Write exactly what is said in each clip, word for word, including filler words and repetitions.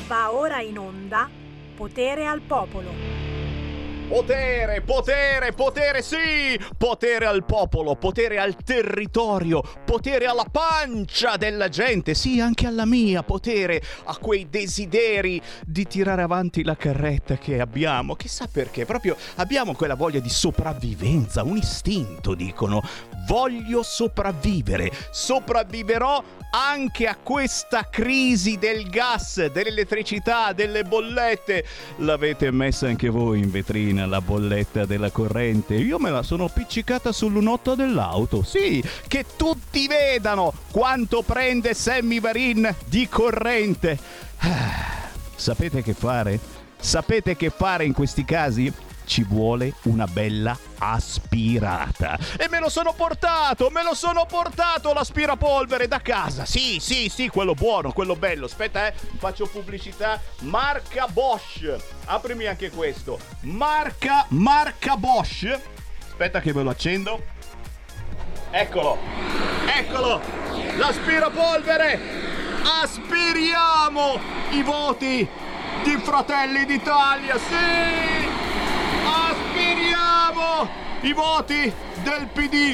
Va ora in onda Potere al Popolo. Potere, potere, potere, sì! Potere al popolo, potere al territorio, potere alla pancia della gente, sì, anche alla mia, potere a quei desideri di tirare avanti la carretta che abbiamo. Chissà perché, proprio abbiamo quella voglia di sopravvivenza, un istinto, dicono. Voglio sopravvivere, sopravviverò anche a questa crisi del gas, dell'elettricità, delle bollette. L'avete messa anche voi in vetrina la bolletta della corrente? Io me la sono appiccicata sul lunotto dell'auto, sì, che tutti vedano quanto prende Sammy Varin di corrente. Ah, sapete che fare? Sapete che fare in questi casi? Ci vuole una bella aspirata. E me lo sono portato, me lo sono portato l'aspirapolvere da casa. Sì, sì, sì, quello buono, quello bello. Aspetta, eh, faccio pubblicità. Marca Bosch. Aprimi anche questo. Marca, marca Bosch. Aspetta che ve lo accendo. Eccolo, eccolo, l'aspirapolvere. Aspiriamo i voti di Fratelli d'Italia, sì! Aspiriamo i voti del P D,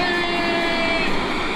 sì!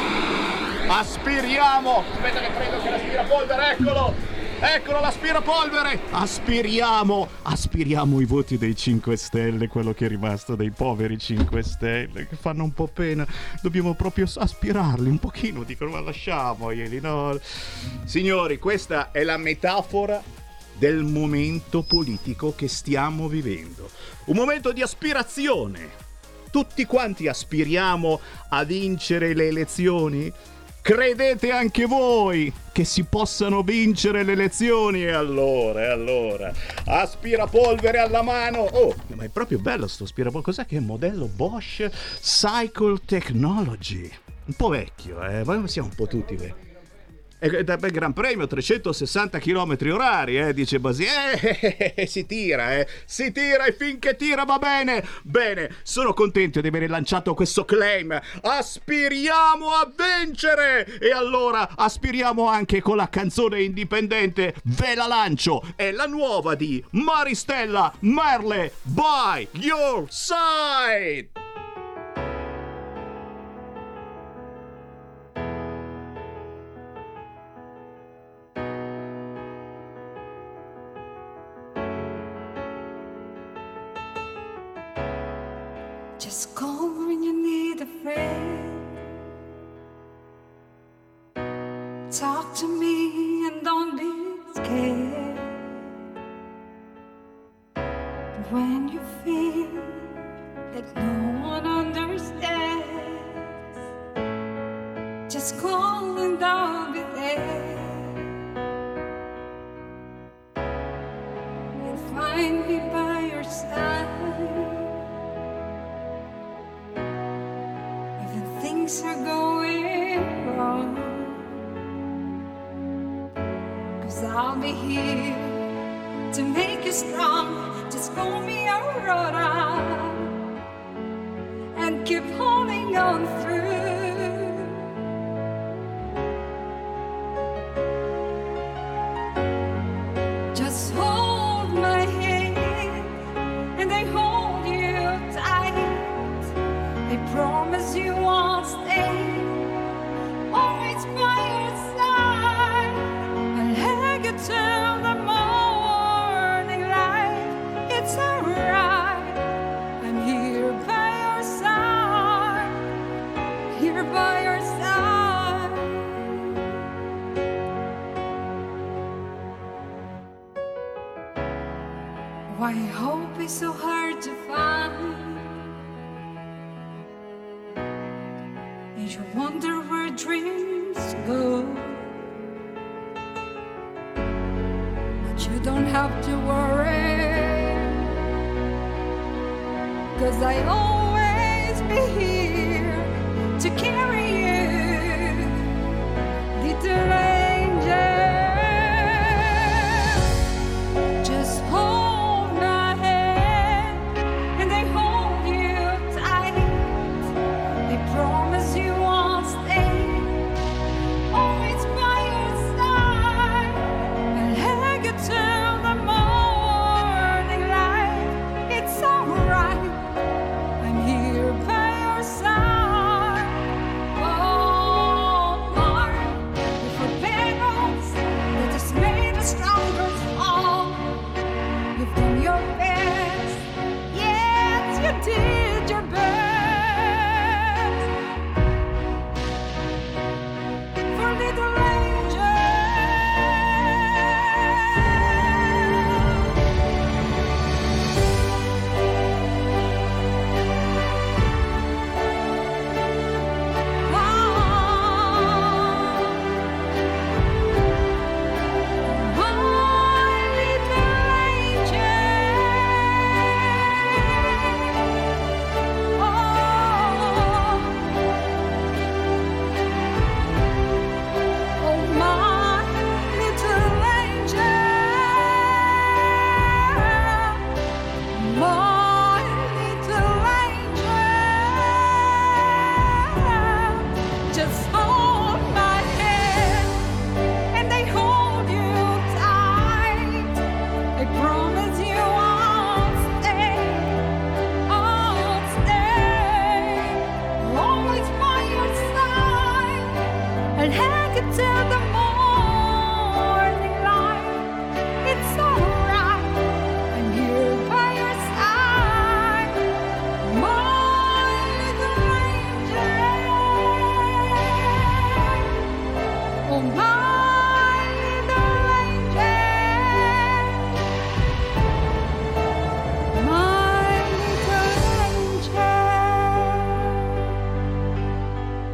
Aspiriamo! Aspetta che prendo che l'aspirapolvere, eccolo! Eccolo l'aspirapolvere! Aspiriamo! Aspiriamo i voti dei cinque Stelle, quello che è rimasto dei poveri cinque Stelle, che fanno un po' pena. Dobbiamo proprio aspirarli un pochino, dicono, ma lasciamoli, no? Signori, questa è la metafora del momento politico che stiamo vivendo. Un momento di aspirazione. Tutti quanti aspiriamo a vincere le elezioni? Credete anche voi che si possano vincere le elezioni? E allora, e allora, aspirapolvere alla mano. Oh, ma è proprio bello sto aspirapolvere. Cos'è che è? Modello Bosch Cycle Technology. Un po' vecchio, eh? Ma siamo un po' tutti vecchi. E da Gran Premio trecentosessanta chilometri orari, eh, dice Basì. Eh, eh, eh, si tira, eh, si tira e finché tira va bene. Bene, sono contento di aver lanciato questo claim. Aspiriamo a vincere! E allora aspiriamo anche con la canzone indipendente. Ve la lancio, è la nuova di Maristella Merle, By Your Side. Just call when you need a friend. Talk to me and don't be scared. When you feel that no one understands, just call and I'll be there. You'll find me by your side. Things are going wrong, 'cause I'll be here to make you strong. Just call me Aurora and keep holding on through. Just hold my hand and I hold you tight. I promise you I'll stay always by your side. I'll hug you till the morning light. It's alright, I'm here by your side, here by your side. Why hope is so hard to find? You wonder where dreams go, but you don't have to worry, 'cause I always be here to carry you, little angel. Just hold my hand and I hold you tight. I promise you I'll stay always by your side. I'll hug you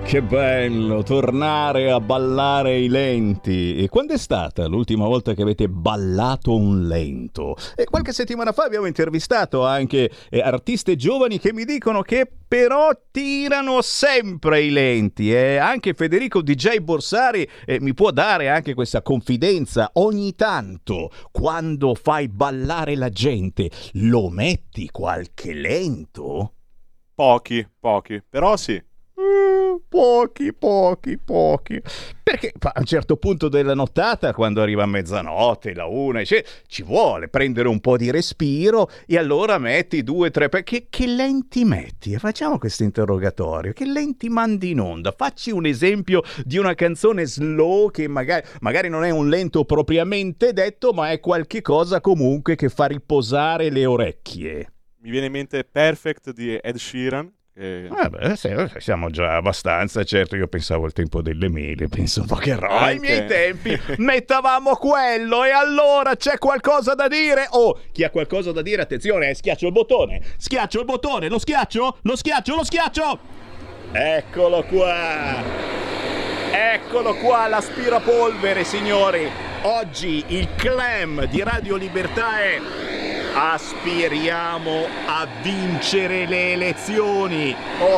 Che bello tornare a ballare i lenti. E quando è stata l'ultima volta che avete ballato un lento? E qualche settimana fa abbiamo intervistato anche eh, artiste giovani che mi dicono che però tirano sempre i lenti. E anche Federico D J Borsari eh, mi può dare anche questa confidenza. Ogni tanto, quando fai ballare la gente, lo metti qualche lento? Pochi, pochi, però sì. Pochi, pochi, pochi. Perché a un certo punto della nottata, quando arriva mezzanotte, la una, cioè, ci vuole prendere un po' di respiro e allora metti due, tre... Che, che lenti metti? E facciamo questo interrogatorio. Che lenti mandi in onda? Facci un esempio di una canzone slow che magari, magari non è un lento propriamente detto, ma è qualche cosa comunque che fa riposare le orecchie. Mi viene in mente Perfect di Ed Sheeran. Eh. Ah beh, siamo già abbastanza, certo. Io pensavo al tempo delle mele, penso un po' che roba. Ai miei tempi mettavamo quello e allora c'è qualcosa da dire. Oh, chi ha qualcosa da dire, attenzione, schiaccio il bottone, schiaccio il bottone, lo schiaccio, lo schiaccio, lo schiaccio. Eccolo qua, eccolo qua l'aspirapolvere, signori. Oggi il clam di Radio Libertà è: aspiriamo a vincere le elezioni,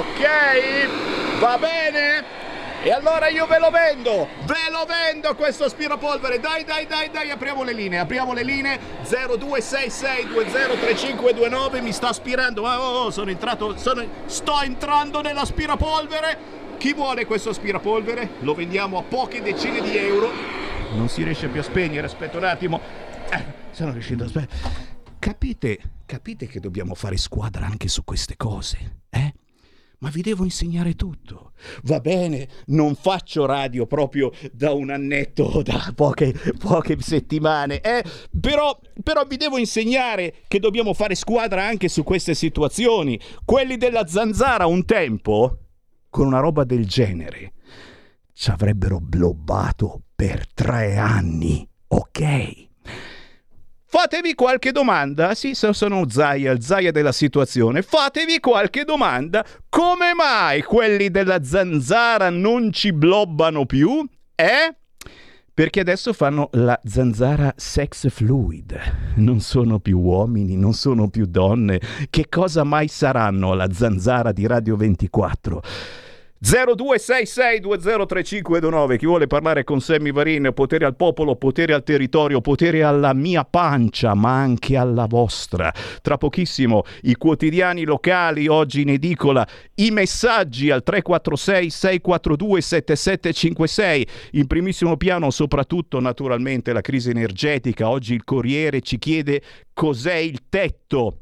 ok? Va bene? E allora io ve lo vendo, ve lo vendo questo aspirapolvere. Dai, dai, dai, dai, apriamo le linee, apriamo le linee. zero due sei sei due zero tre cinque due nove mi sta aspirando. Oh, oh, sono entrato, sono, sto entrando nell'aspirapolvere. Chi vuole questo aspirapolvere? Lo vendiamo a poche decine di euro. Non si riesce più a spegnere, aspetta un attimo. Eh, sono riuscito a spegnere. Capite, capite che dobbiamo fare squadra anche su queste cose, eh? Ma vi devo insegnare tutto. Va bene, non faccio radio proprio da un annetto, da poche, poche settimane, eh? Però, però vi devo insegnare che dobbiamo fare squadra anche su queste situazioni. Quelli della Zanzara un tempo, con una roba del genere, ci avrebbero blobbato per tre anni, ok? Fatevi qualche domanda, sì, sono Zaia, Zaia della situazione, fatevi qualche domanda, come mai quelli della Zanzara non ci blobbano più, eh? Perché adesso fanno la Zanzara sex fluid, non sono più uomini, non sono più donne, che cosa mai saranno la Zanzara di Radio ventiquattro? zero due sei sei due zero tre cinque due nove. Chi vuole parlare con Sammy Varin? Potere al popolo, potere al territorio, potere alla mia pancia, ma anche alla vostra. Tra pochissimo i quotidiani locali oggi in edicola, i messaggi al tre quattro sei sei quattro due sette sette cinque sei. In primissimo piano soprattutto naturalmente la crisi energetica. Oggi il Corriere ci chiede cos'è il tetto.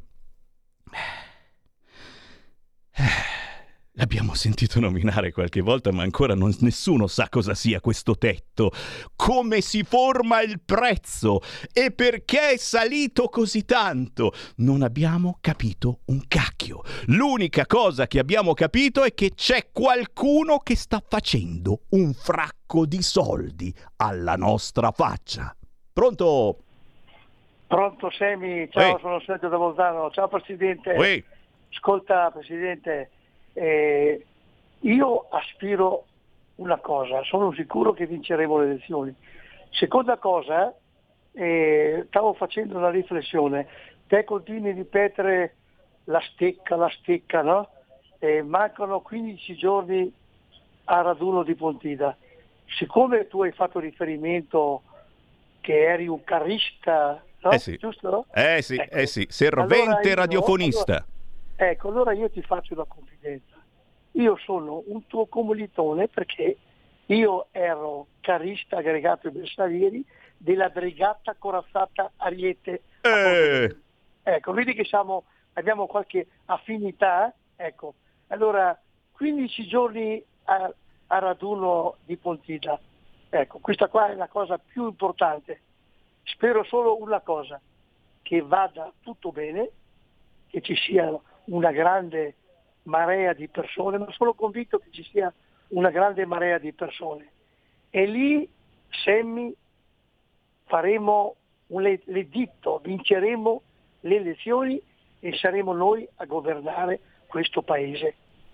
L'abbiamo sentito nominare qualche volta, ma ancora non, nessuno sa cosa sia questo tetto, come si forma il prezzo e perché è salito così tanto. Non abbiamo capito un cacchio. L'unica cosa che abbiamo capito è che c'è qualcuno che sta facendo un fracco di soldi alla nostra faccia. Pronto? Pronto Semi, ciao, Oi. sono Sergio da Bolzano. Ciao Presidente. Oi. Ascolta Presidente, eh, io aspiro una cosa, sono sicuro che vinceremo le elezioni. Seconda cosa, eh, stavo facendo una riflessione, te continui a ripetere la stecca, la stecca, no? Eh, mancano quindici giorni al raduno di Pontida. Siccome tu hai fatto riferimento che eri un carrista, no? Eh sì. Giusto? Eh sì, Ecco. eh sì, servente Allora io- radiofonista. allora- ecco, allora io ti faccio una confidenza. Io sono un tuo commilitone perché io ero carista aggregato ai bersaglieri della brigata corazzata Ariete. a Eh. Pordenone. Ecco, vedi che siamo, abbiamo qualche affinità. Ecco, allora quindici giorni a, a raduno di Pontida. Ecco, questa qua è la cosa più importante. Spero solo una cosa, che vada tutto bene, che ci sia una grande marea di persone, ma sono convinto che ci sia una grande marea di persone. E lì, Semmi, faremo un le- l'editto, vinceremo le elezioni e saremo noi a governare questo paese.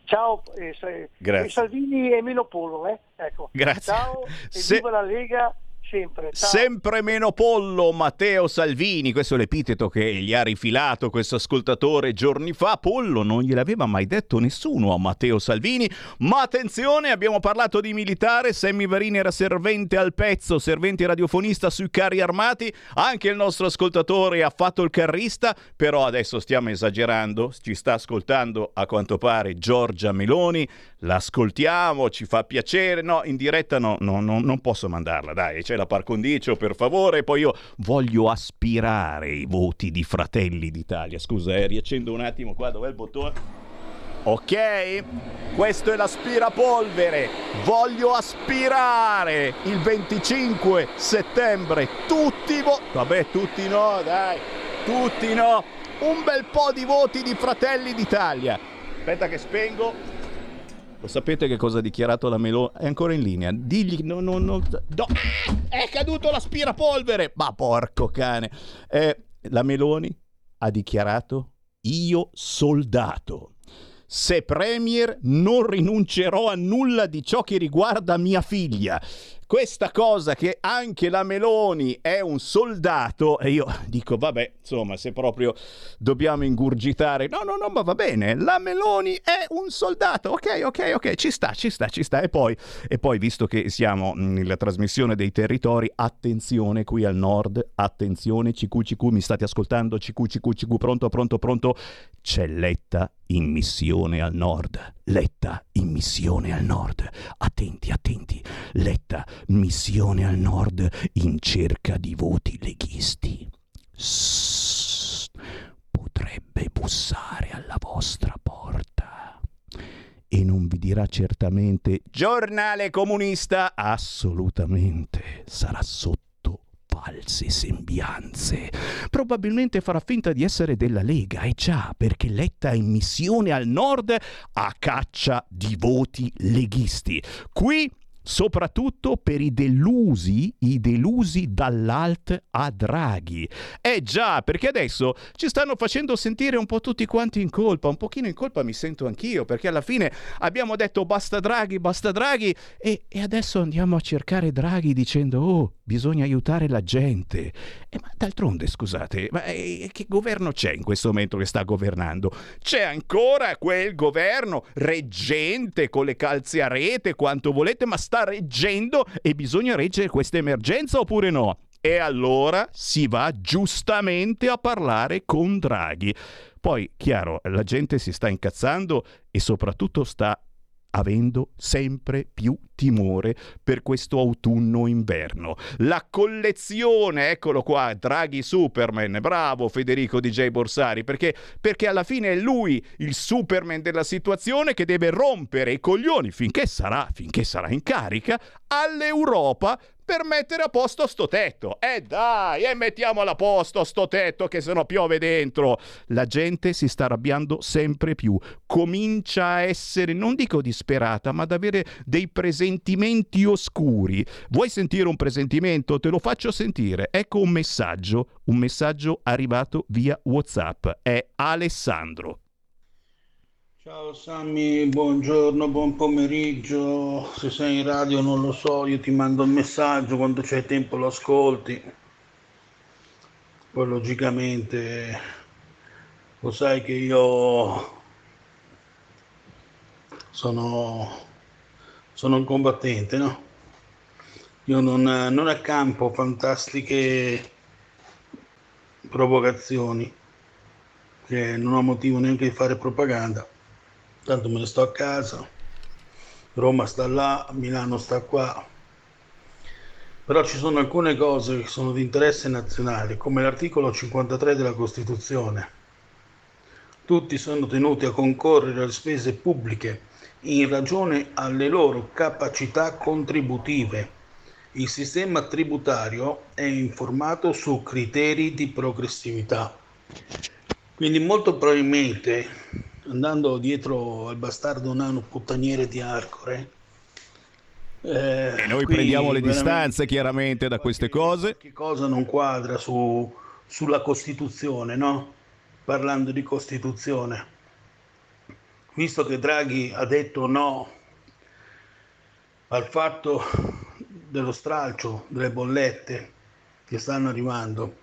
Ciao, eh, se- Grazie. e Salvini e meno pollo, eh? Ecco. Grazie. Ciao e Se- viva la Lega sempre. Ciao. Sempre meno pollo, Matteo Salvini, questo è l'epiteto che gli ha rifilato questo ascoltatore giorni fa. Pollo non gliel'aveva mai detto nessuno a Matteo Salvini, ma attenzione, abbiamo parlato di militare, Sammy Varini era servente al pezzo, servente radiofonista sui carri armati, anche il nostro ascoltatore ha fatto il carrista, però adesso stiamo esagerando, ci sta ascoltando a quanto pare Giorgia Meloni, l'ascoltiamo, ci fa piacere, no, in diretta no, no, no non posso mandarla, dai, c'è la par condicio, per favore, poi io voglio aspirare i voti di Fratelli d'Italia. Scusa, eh, riaccendo un attimo qua, dov'è il bottone? Ok, questo è l'aspirapolvere, voglio aspirare il venticinque settembre tutti vo- vabbè, tutti no, dai, tutti no, un bel po' di voti di Fratelli d'Italia. Aspetta che spengo. Lo sapete che cosa ha dichiarato la Meloni? È ancora in linea. Digli no, no, no, no. È caduto l'aspirapolvere. Ma porco cane. Eh, la Meloni ha dichiarato: io soldato. Se premier non rinuncerò a nulla di ciò che riguarda mia figlia. Questa cosa che anche la Meloni è un soldato, e io dico vabbè, insomma, se proprio dobbiamo ingurgitare, no no no, ma va bene, la Meloni è un soldato, ok ok ok, ci sta ci sta ci sta. E poi, e poi visto che siamo nella trasmissione dei territori, attenzione qui al nord, attenzione, C Q C Q, mi state ascoltando, C Q C Q C Q, pronto pronto pronto, c'è Letta in missione al nord, Letta in missione al nord, attenti attenti, Letta missione al nord in cerca di voti leghisti. Sss, potrebbe bussare alla vostra porta e non vi dirà certamente giornale comunista, assolutamente, sarà sotto false sembianze. Probabilmente farà finta di essere della Lega, e già, perché Letta è in missione al nord a caccia di voti leghisti. Qui soprattutto per i delusi, i delusi dall'alt a Draghi. Eh già, perché adesso ci stanno facendo sentire un po' tutti quanti in colpa, un pochino in colpa mi sento anch'io, perché alla fine abbiamo detto basta Draghi, basta Draghi, e, e adesso andiamo a cercare Draghi dicendo oh, bisogna aiutare la gente. Eh, ma d'altronde, scusate, ma eh, che governo c'è in questo momento che sta governando? C'è ancora quel governo reggente con le calze a rete, quanto volete, ma sta reggendo e bisogna reggere questa emergenza oppure no? E allora si va giustamente a parlare con Draghi. Poi, chiaro, la gente si sta incazzando e soprattutto sta avendo sempre più timore per questo autunno-inverno. La collezione, eccolo qua, Draghi Superman, bravo Federico D J Borsari, perché, perché alla fine è lui il Superman della situazione che deve rompere i coglioni finché sarà, finché sarà in carica all'Europa per mettere a posto sto tetto. Eh dai, e mettiamolo a posto sto tetto che sennò piove dentro. La gente si sta arrabbiando sempre più, comincia a essere, non dico disperata, ma ad avere dei presentimenti oscuri. Vuoi sentire un presentimento? Te lo faccio sentire. Ecco un messaggio, un messaggio arrivato via WhatsApp. È Alessandro. Ciao Sammy, buongiorno, buon pomeriggio. Se sei in radio non lo so, io ti mando un messaggio, quando c'hai tempo lo ascolti. Poi logicamente lo sai che io sono, sono un combattente, no? Io non, non accampo fantastiche provocazioni, che non ho motivo neanche di fare propaganda. Tanto me ne sto a casa, Roma sta là, Milano sta qua. Però ci sono alcune cose che sono di interesse nazionale, come l'articolo cinquantatré della Costituzione. Tutti sono tenuti a concorrere alle spese pubbliche in ragione alle loro capacità contributive. Il sistema tributario è informato su criteri di progressività. Quindi molto probabilmente, andando dietro al bastardo nano puttaniere di Arcore, eh, e noi prendiamo le distanze chiaramente da queste cose. Che cosa non quadra su, sulla Costituzione, no? Parlando di Costituzione, visto che Draghi ha detto no al fatto dello stralcio delle bollette che stanno arrivando,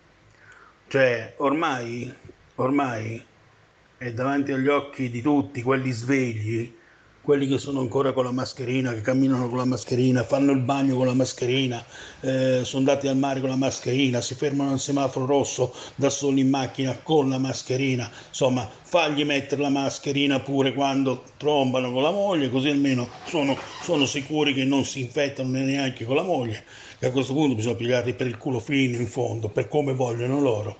cioè ormai, ormai è davanti agli occhi di tutti, quelli svegli, quelli che sono ancora con la mascherina, che camminano con la mascherina, fanno il bagno con la mascherina, eh, sono andati al mare con la mascherina, si fermano al semaforo rosso da soli in macchina con la mascherina, insomma fagli mettere la mascherina pure quando trombano con la moglie, così almeno sono, sono sicuri che non si infettano neanche con la moglie, e a questo punto bisogna pigliarli per il culo fino in fondo, per come vogliono loro.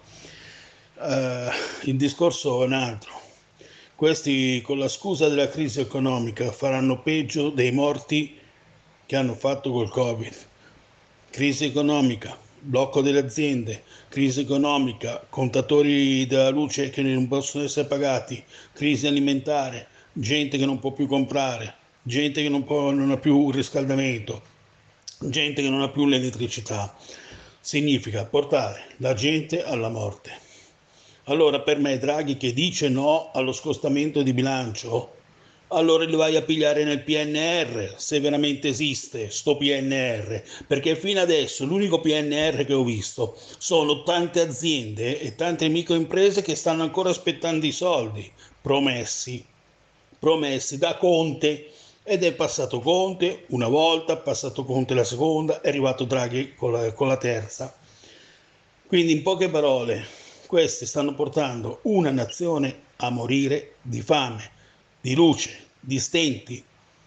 Uh, il discorso è un altro. Questi, con la scusa della crisi economica, faranno peggio dei morti che hanno fatto col Covid. Crisi economica, blocco delle aziende, crisi economica, contatori della luce che non possono essere pagati, crisi alimentare, gente che non può più comprare, gente che non, può, non ha più il riscaldamento, gente che non ha più l'elettricità. Significa portare la gente alla morte. Allora per me Draghi che dice no allo scostamento di bilancio, allora li vai a pigliare nel P N R, se veramente esiste sto P N R, perché fino adesso l'unico P N R che ho visto sono tante aziende e tante microimprese che stanno ancora aspettando i soldi promessi, promessi da Conte, ed è passato Conte una volta, è passato Conte la seconda, è arrivato Draghi con la, con la terza. Quindi in poche parole, questi stanno portando una nazione a morire di fame, di luce, di stenti.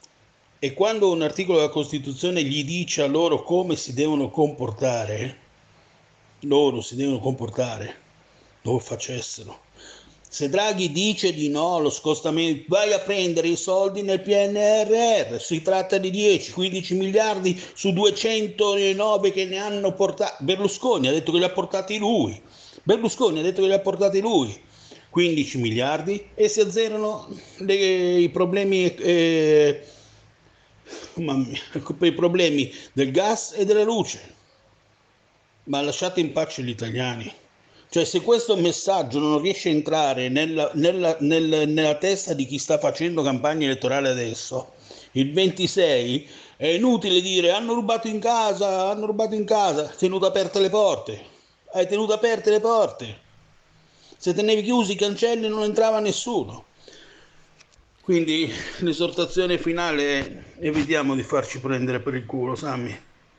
E quando un articolo della Costituzione gli dice a loro come si devono comportare, loro si devono comportare, lo facessero. Se Draghi dice di no allo scostamento, vai a prendere i soldi nel P N R R, si tratta di dieci quindici miliardi su duecentonove che ne hanno portati. Berlusconi ha detto che li ha portati lui. Berlusconi ha detto che li ha portati lui, quindici miliardi, e si azzerano le, i problemi eh, mamma mia, i problemi del gas e della luce. Ma lasciate in pace gli italiani. Cioè, se questo messaggio non riesce a entrare nella, nella, nel, nella testa di chi sta facendo campagna elettorale adesso, il ventisei, è inutile dire hanno rubato in casa, hanno rubato in casa, tenuto aperte le porte. Hai tenuto aperte le porte. Se tenevi chiusi i cancelli non entrava nessuno. Quindi l'esortazione finale è: evitiamo di farci prendere per il culo, Sammy.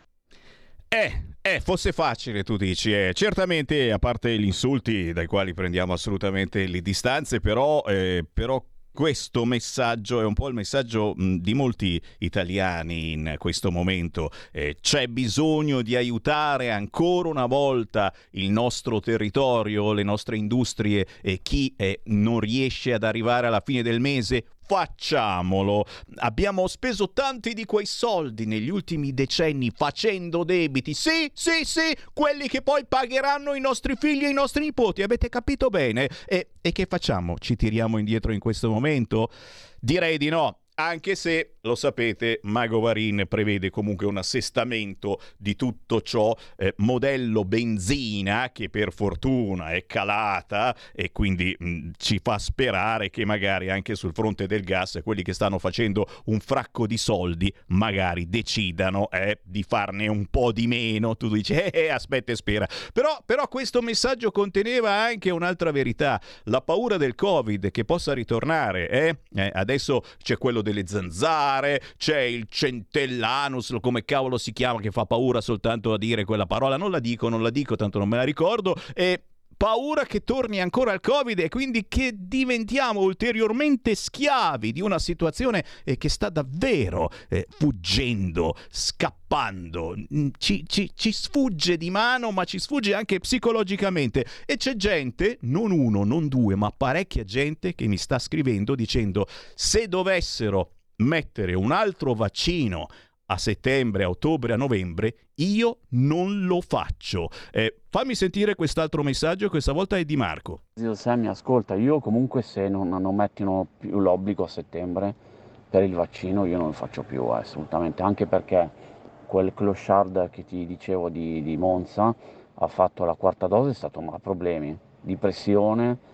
Eh, eh, fosse facile, tu dici. Eh. Certamente, a parte gli insulti dai quali prendiamo assolutamente le distanze, però, eh, però questo messaggio è un po' il messaggio mh, di molti italiani in questo momento. Eh, c'è bisogno di aiutare ancora una volta il nostro territorio, le nostre industrie, e chi eh, non riesce ad arrivare alla fine del mese, facciamolo. Abbiamo speso tanti di quei soldi negli ultimi decenni facendo debiti. Sì, sì, sì, quelli che poi pagheranno i nostri figli e i nostri nipoti. Avete capito bene? E, e che facciamo? Ci tiriamo indietro in questo momento? Direi di no. Anche se, lo sapete, Mago Varin prevede comunque un assestamento di tutto ciò, eh, modello benzina, che per fortuna è calata, e quindi mh, ci fa sperare che magari anche sul fronte del gas quelli che stanno facendo un fracco di soldi magari decidano eh, di farne un po' di meno. Tu dici, eh, eh, aspetta e spera. Però, però questo messaggio conteneva anche un'altra verità, la paura del Covid che possa ritornare. Eh? Eh, adesso c'è quello delle zanzare, c'è il centellanus, come cavolo si chiama, che fa paura soltanto a dire quella parola. Non la dico, non la dico, tanto non me la ricordo. E paura che torni ancora il Covid e quindi che diventiamo ulteriormente schiavi di una situazione eh, che sta davvero eh, fuggendo, scappando, ci, ci, ci sfugge di mano, ma ci sfugge anche psicologicamente. E c'è gente, non uno, non due, ma parecchia gente che mi sta scrivendo dicendo: se dovessero mettere un altro vaccino a settembre, a ottobre, a novembre, io non lo faccio. Eh, fammi sentire quest'altro messaggio, questa volta è di Marco. Zio Sammy, ascolta, io comunque se non, non mettino più l'obbligo a settembre per il vaccino, io non lo faccio più, eh, assolutamente, anche perché quel clochard che ti dicevo di, di Monza ha fatto la quarta dose, è stato ma problemi di pressione,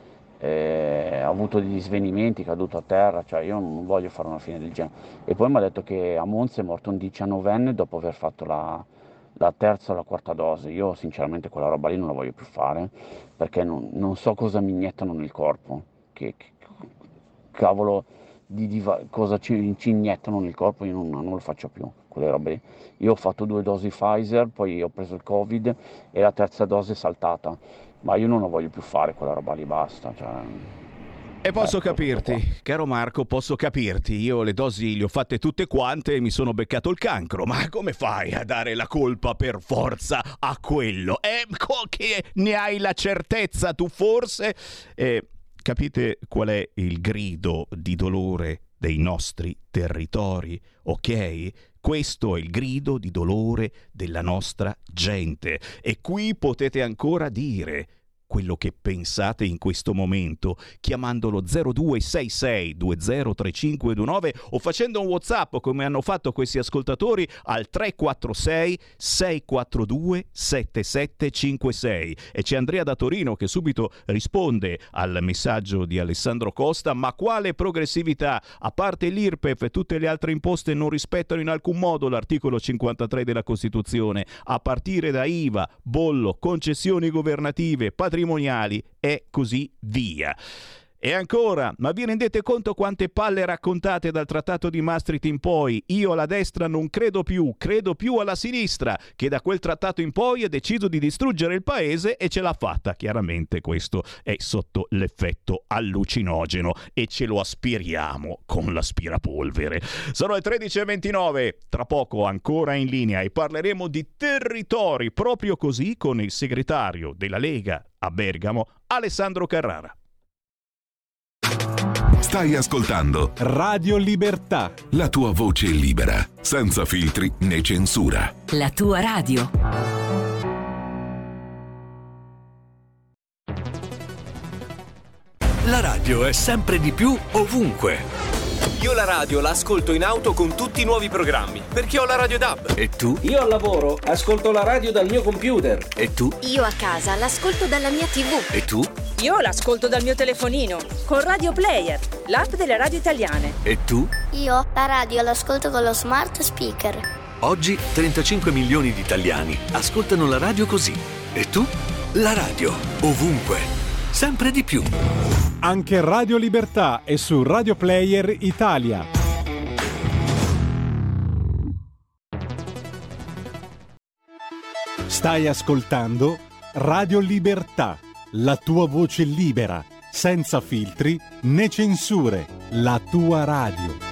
eh, ha avuto degli svenimenti, è caduto a terra, cioè io non voglio fare una fine del genere. E poi mi ha detto che a Monza è morto un diciannovenne dopo aver fatto la, la terza o la quarta dose. Io sinceramente quella roba lì non la voglio più fare, perché non, non so cosa mi iniettano nel corpo, che, che cavolo di, di cosa ci, ci iniettano nel corpo, io non, non lo faccio più, quelle robe lì. Io ho fatto due dosi Pfizer, poi ho preso il Covid e la terza dose è saltata, ma io non la voglio più fare quella roba lì, basta. Cioè... E posso Ecco, capirti, caro Marco, posso capirti. Io le dosi le ho fatte tutte quante e mi sono beccato il cancro. Ma come fai a dare la colpa per forza a quello? Eh, che ne hai la certezza tu forse? Eh, capite qual è il grido di dolore dei nostri territori, ok? Questo è il grido di dolore della nostra gente. E qui potete ancora dire quello che pensate in questo momento, chiamandolo zero due sei sei due zero tre cinque due nove o facendo un WhatsApp come hanno fatto questi ascoltatori al tre quattro sei sei quattro due sette sette cinque sei. E c'è Andrea da Torino che subito risponde al messaggio di Alessandro Costa: ma quale progressività? A parte l'I R P E F e tutte le altre imposte non rispettano in alcun modo l'articolo cinquantatré della Costituzione, a partire da I V A, bollo, concessioni governative, patrimoniali e così via. E ancora, ma vi rendete conto quante palle raccontate dal Trattato di Maastricht in poi? Io alla destra non credo più, credo più alla sinistra, che da quel trattato in poi ha deciso di distruggere il paese e ce l'ha fatta. Chiaramente questo è sotto l'effetto allucinogeno e ce lo aspiriamo con l'aspirapolvere. Sono le tredici e ventinove, tra poco ancora in linea e parleremo di territori, proprio così, con il segretario della Lega a Bergamo, Alessandro Carrara. Stai ascoltando Radio Libertà, la tua voce libera, senza filtri né censura. La tua radio. La radio è sempre di più ovunque. Io la radio la ascolto in auto con tutti i nuovi programmi, perché ho la Radio D A B. E tu? Io al lavoro ascolto la radio dal mio computer. E tu? Io a casa l'ascolto dalla mia tivù. E tu? Io l'ascolto dal mio telefonino, con Radio Player, l'app delle radio italiane. E tu? Io la radio l'ascolto con lo smart speaker. Oggi trentacinque milioni di italiani ascoltano la radio così. E tu? La radio, ovunque, sempre di più. Anche Radio Libertà è su Radio Player Italia. Stai ascoltando Radio Libertà, la tua voce libera, senza filtri né censure, la tua radio.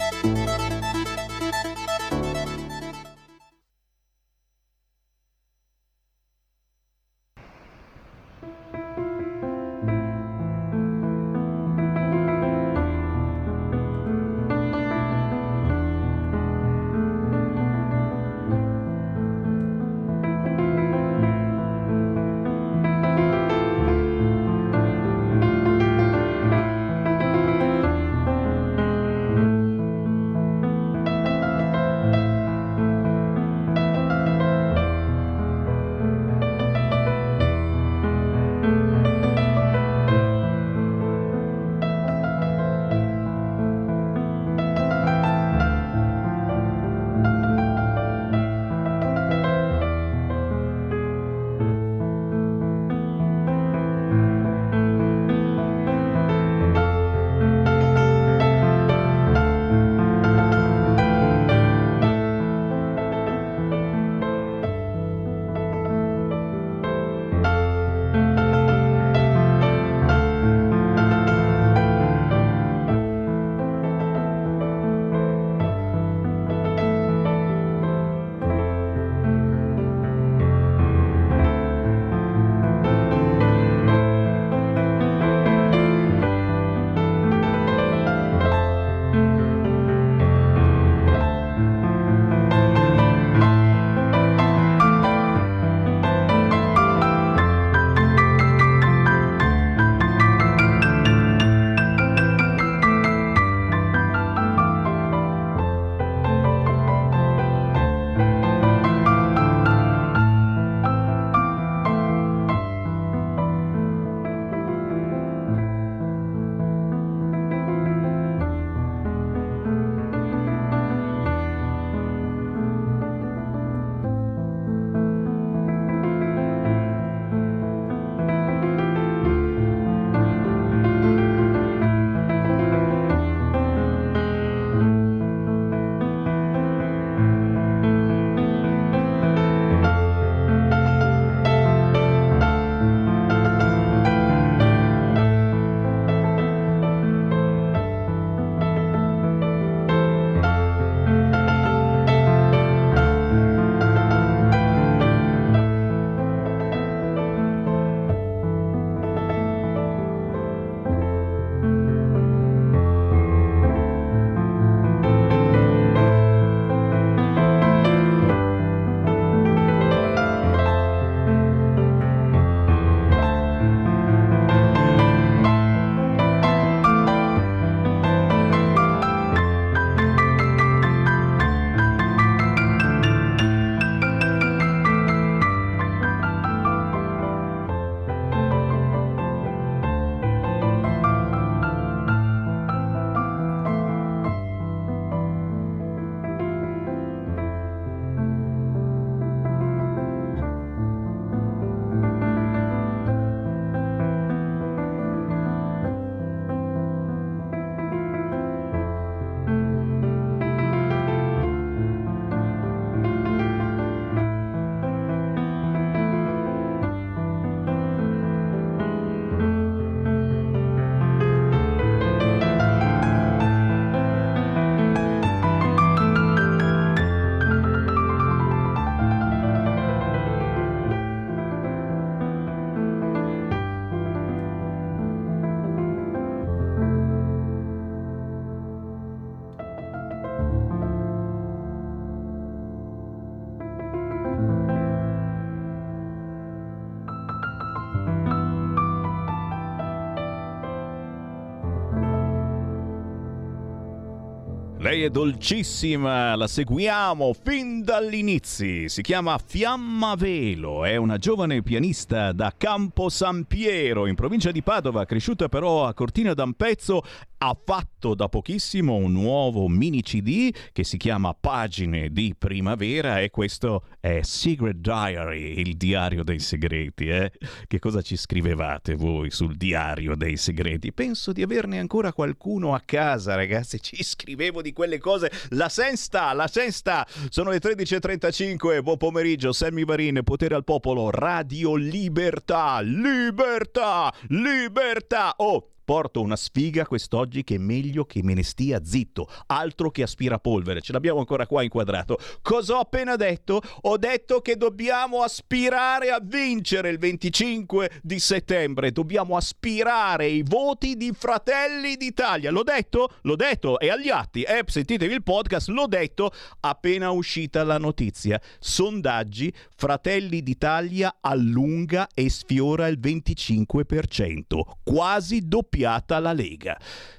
Lei è dolcissima, la seguiamo fin dall'inizio. Si chiama Fiamma Velo, è una giovane pianista da Campo San Piero, in provincia di Padova, cresciuta però a Cortina d'Ampezzo. Ha fatto da pochissimo un nuovo mini C D che si chiama Pagine di Primavera e questo è Secret Diary, il diario dei segreti. Eh? Che cosa ci scrivevate voi sul diario dei segreti? Penso di averne ancora qualcuno a casa, ragazzi. Ci scrivevo di quelle cose. La Sensta, la Sensta. Sono le tredici e trentacinque. Buon pomeriggio, Sammy Varin, Potere al Popolo, Radio Libertà, Libertà, Libertà. Oh! Porto una sfiga quest'oggi che è meglio che me ne stia zitto, altro che aspirapolvere, ce l'abbiamo ancora qua inquadrato. Cosa ho appena detto? Ho detto che dobbiamo aspirare a vincere il venticinque di settembre, dobbiamo aspirare i voti di Fratelli d'Italia. L'ho detto? L'ho detto, è agli atti, eh, sentitevi il podcast, l'ho detto appena uscita la notizia. Sondaggi, Fratelli d'Italia allunga e sfiora il venticinque per cento, quasi doppia la Lega.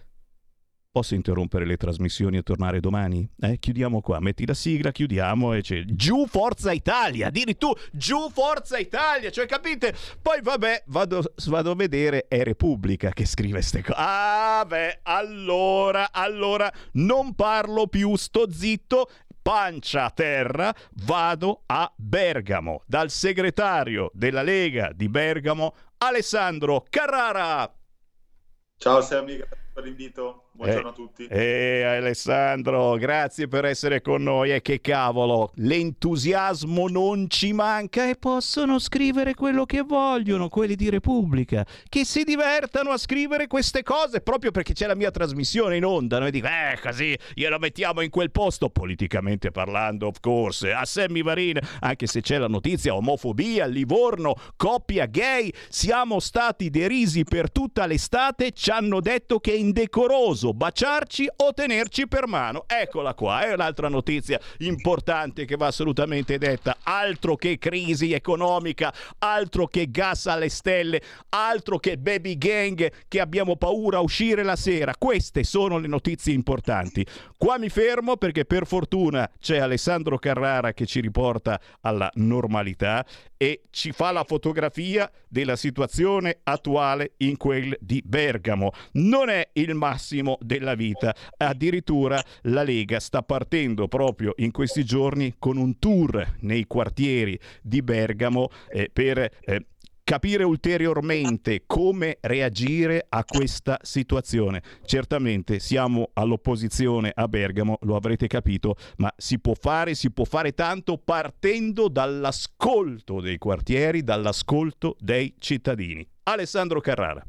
Posso interrompere le trasmissioni e tornare domani? Eh, chiudiamo qua, metti la sigla, chiudiamo e c'è giù Forza Italia, addirittura giù Forza Italia, cioè capite? Poi vabbè, vado, vado a vedere, è Repubblica che scrive ste cose. Ah beh, allora, allora non parlo più, sto zitto. Pancia a terra, vado a Bergamo, dal segretario della Lega di Bergamo, Alessandro Carrara. Ciao Sammy, grazie per l'invito, buongiorno eh, a tutti. Eh Alessandro, grazie per essere con noi e che cavolo, l'entusiasmo non ci manca e possono scrivere quello che vogliono, quelli di Repubblica, che si divertano a scrivere queste cose proprio perché c'è la mia trasmissione in onda. Noi dico, eh così glielo mettiamo in quel posto, politicamente parlando of course, a Sammy Varin, anche se c'è la notizia omofobia, Livorno, coppia gay, siamo stati derisi per tutta l'estate, ci hanno detto che è indecoroso baciarci o tenerci per mano. Eccola qua, è un'altra notizia importante che va assolutamente detta. Altro che crisi economica, altro che gas alle stelle, altro che baby gang che abbiamo paura a uscire la sera. Queste sono le notizie importanti. Qua mi fermo perché per fortuna c'è Alessandro Carrara che ci riporta alla normalità e ci fa la fotografia della situazione attuale in quel di Bergamo. Non è il massimo della vita, addirittura la Lega sta partendo proprio in questi giorni con un tour nei quartieri di Bergamo eh, per eh, capire ulteriormente come reagire a questa situazione. Certamente siamo all'opposizione a Bergamo, lo avrete capito, ma si può fare, si può fare tanto partendo dall'ascolto dei quartieri, dall'ascolto dei cittadini. Alessandro Carrara.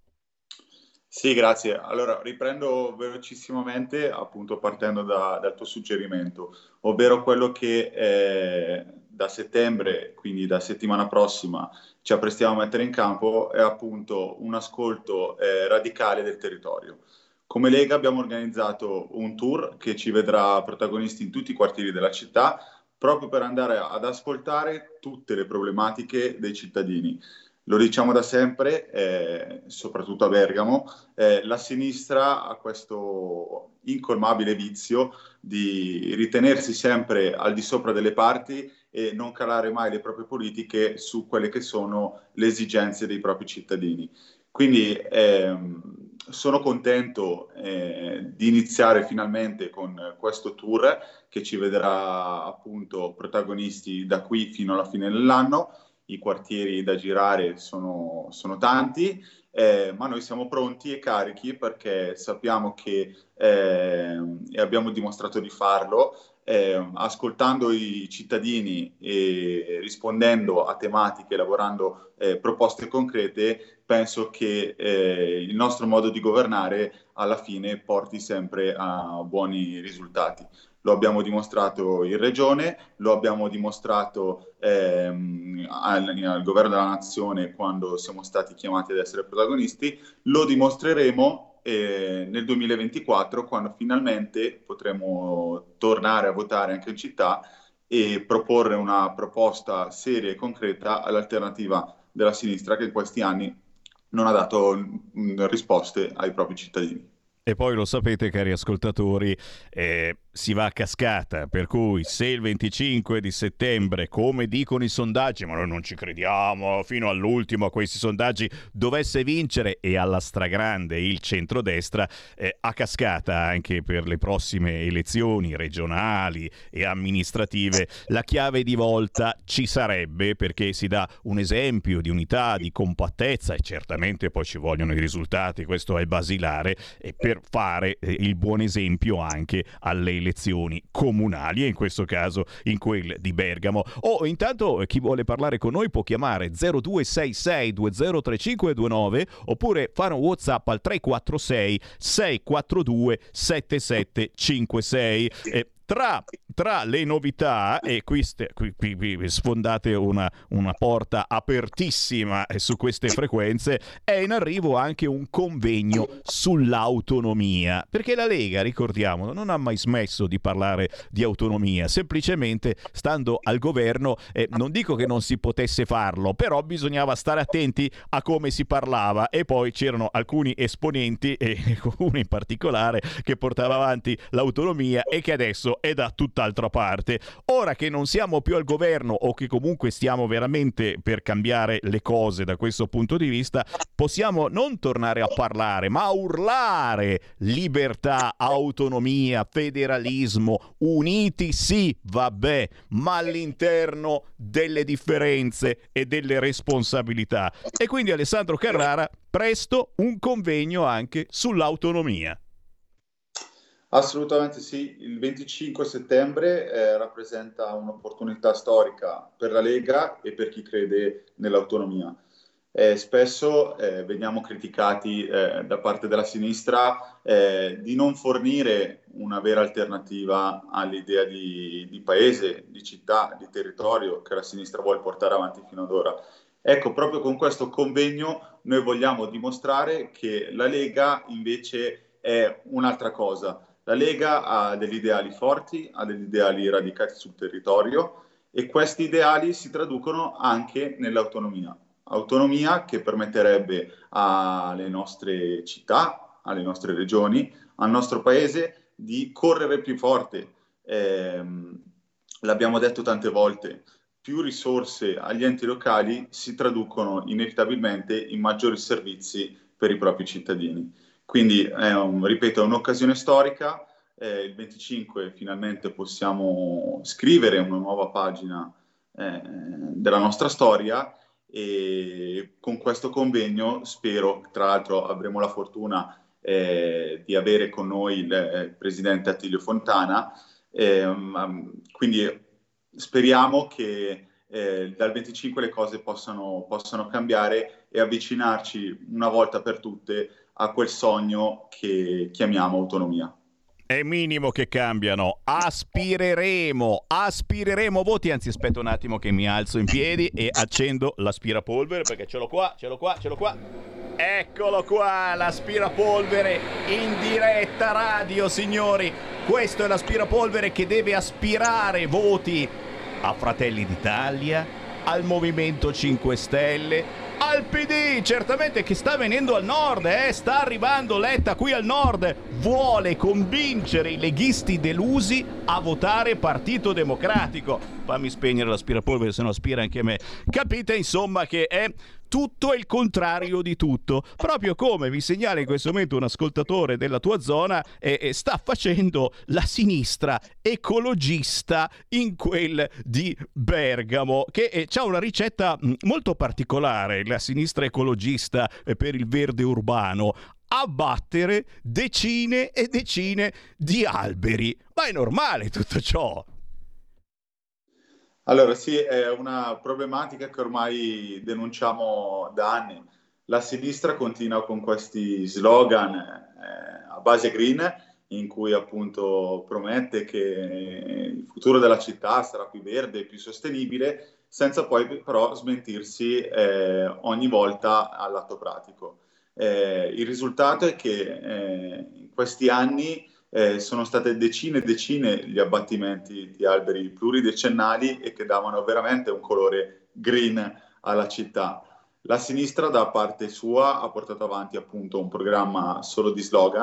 Sì, grazie. Allora, riprendo velocissimamente, appunto partendo da, dal tuo suggerimento, ovvero quello che eh, da settembre, quindi da settimana prossima, ci apprestiamo a mettere in campo è appunto un ascolto eh, radicale del territorio. Come Lega abbiamo organizzato un tour che ci vedrà protagonisti in tutti i quartieri della città, proprio per andare ad ascoltare tutte le problematiche dei cittadini. Lo diciamo da sempre, eh, soprattutto a Bergamo, eh, la sinistra ha questo incolmabile vizio di ritenersi sempre al di sopra delle parti e non calare mai le proprie politiche su quelle che sono le esigenze dei propri cittadini. Quindi ehm, sono contento eh, di iniziare finalmente con questo tour che ci vedrà appunto protagonisti da qui fino alla fine dell'anno. I quartieri da girare sono, sono tanti, eh, ma noi siamo pronti e carichi perché sappiamo che, eh, e abbiamo dimostrato di farlo, eh, ascoltando i cittadini e rispondendo a tematiche, lavorando eh, proposte concrete, penso che eh, il nostro modo di governare alla fine porti sempre a buoni risultati. Lo abbiamo dimostrato in Regione, lo abbiamo dimostrato ehm, al, al Governo della Nazione quando siamo stati chiamati ad essere protagonisti, lo dimostreremo eh, nel duemilaventiquattro quando finalmente potremo tornare a votare anche in città e proporre una proposta seria e concreta all'alternativa della sinistra che in questi anni non ha dato mh, risposte ai propri cittadini. E poi lo sapete, cari ascoltatori, eh, si va a cascata, per cui se il venticinque di settembre, come dicono i sondaggi, ma noi non ci crediamo fino all'ultimo a questi sondaggi, dovesse vincere, e alla stragrande, il centrodestra, eh, a cascata anche per le prossime elezioni regionali e amministrative, la chiave di volta ci sarebbe, perché si dà un esempio di unità, di compattezza, e certamente poi ci vogliono i risultati, questo è basilare, e per fare eh, il buon esempio anche alle elezioni comunali, e in questo caso in quel di Bergamo. Oh, intanto eh, chi vuole parlare con noi può chiamare zero due sei sei due zero tre cinque due nove oppure fare un WhatsApp al tre quattro sei sei quattro due sette sette cinque sei. Eh, Tra, tra le novità, e qui, ste, qui, qui, qui sfondate una, una porta apertissima su queste frequenze, è in arrivo anche un convegno sull'autonomia, perché la Lega, ricordiamolo, non ha mai smesso di parlare di autonomia, semplicemente stando al governo, eh, non dico che non si potesse farlo, però bisognava stare attenti a come si parlava, e poi c'erano alcuni esponenti, e uno in particolare, che portava avanti l'autonomia e che adesso è da tutt'altra parte. Ora che non siamo più al governo, o che comunque stiamo veramente per cambiare le cose da questo punto di vista, possiamo non tornare a parlare, ma a urlare libertà, autonomia, federalismo, uniti sì, vabbè, ma all'interno delle differenze e delle responsabilità. E quindi Alessandro Carrara, presto un convegno anche sull'autonomia. Assolutamente sì, il venticinque settembre eh, rappresenta un'opportunità storica per la Lega e per chi crede nell'autonomia. Eh, spesso eh, veniamo criticati eh, da parte della sinistra eh, di non fornire una vera alternativa all'idea di, di paese, di città, di territorio che la sinistra vuole portare avanti fino ad ora. Ecco, proprio con questo convegno noi vogliamo dimostrare che la Lega invece è un'altra cosa. La Lega ha degli ideali forti, ha degli ideali radicati sul territorio, e questi ideali si traducono anche nell'autonomia. Autonomia che permetterebbe alle nostre città, alle nostre regioni, al nostro paese di correre più forte. Eh, l'abbiamo detto tante volte, più risorse agli enti locali si traducono inevitabilmente in maggiori servizi per i propri cittadini. Quindi, è un, ripeto, è un'occasione storica. Eh, il venticinque finalmente possiamo scrivere una nuova pagina eh, della nostra storia, e con questo convegno spero, tra l'altro avremo la fortuna eh, di avere con noi il eh, presidente Attilio Fontana, eh, quindi speriamo che eh, dal venticinque le cose possano, possano cambiare e avvicinarci una volta per tutte a quel sogno che chiamiamo autonomia. È minimo che cambiano, aspireremo, aspireremo voti, anzi aspetta un attimo che mi alzo in piedi e accendo l'aspirapolvere, perché ce l'ho qua, ce l'ho qua, ce l'ho qua, eccolo qua, l'aspirapolvere in diretta radio, signori, questo è l'aspirapolvere che deve aspirare voti a Fratelli d'Italia, al Movimento cinque Stelle, al P D, certamente, che sta venendo al nord, eh? Sta arrivando Letta qui al nord, vuole convincere i leghisti delusi a votare Partito Democratico. Fammi spegnere l'aspirapolvere, se no aspira anche me. Capite insomma che è tutto il contrario di tutto, proprio come vi segnala in questo momento un ascoltatore della tua zona, e, e sta facendo la sinistra ecologista in quel di Bergamo, che ha una ricetta molto particolare, la sinistra ecologista per il verde urbano: abbattere decine e decine di alberi. Ma è normale tutto ciò? Allora sì, è una problematica che ormai denunciamo da anni. La sinistra continua con questi slogan eh, a base green, in cui appunto promette che il futuro della città sarà più verde e più sostenibile, senza poi però smentirsi eh, ogni volta all'atto pratico. Eh, il risultato è che eh, in questi anni Eh, sono state decine e decine gli abbattimenti di alberi pluridecennali e che davano veramente un colore green alla città. La sinistra da parte sua ha portato avanti appunto un programma solo di slogan,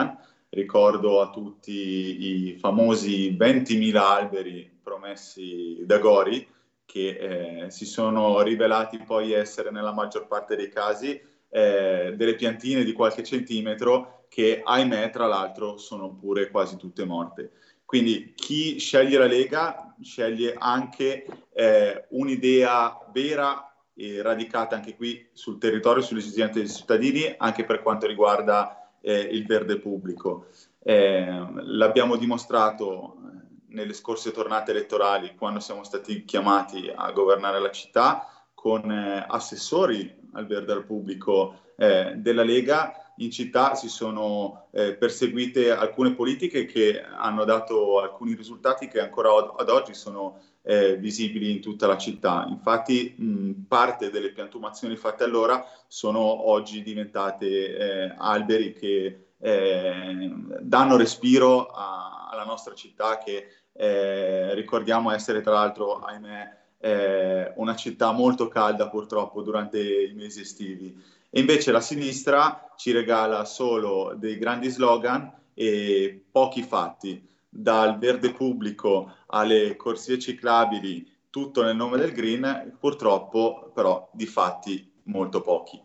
ricordo a tutti i famosi ventimila alberi promessi da Gori, che eh, si sono rivelati poi essere nella maggior parte dei casi eh, delle piantine di qualche centimetro che, ahimè, tra l'altro sono pure quasi tutte morte. Quindi chi sceglie la Lega sceglie anche eh, un'idea vera e radicata anche qui sul territorio, sulle esigenze dei cittadini, anche per quanto riguarda eh, il verde pubblico. Eh, l'abbiamo dimostrato nelle scorse tornate elettorali, quando siamo stati chiamati a governare la città, con eh, assessori al verde al pubblico eh, della Lega. In città si sono eh, perseguite alcune politiche che hanno dato alcuni risultati che ancora od- ad oggi sono eh, visibili in tutta la città. Infatti mh, parte delle piantumazioni fatte allora sono oggi diventate eh, alberi che eh, danno respiro a, alla nostra città, che eh, ricordiamo essere tra l'altro, ahimè, eh, una città molto calda purtroppo durante i mesi estivi. E invece la sinistra ci regala solo dei grandi slogan e pochi fatti, dal verde pubblico alle corsie ciclabili, tutto nel nome del green, purtroppo però di fatti molto pochi.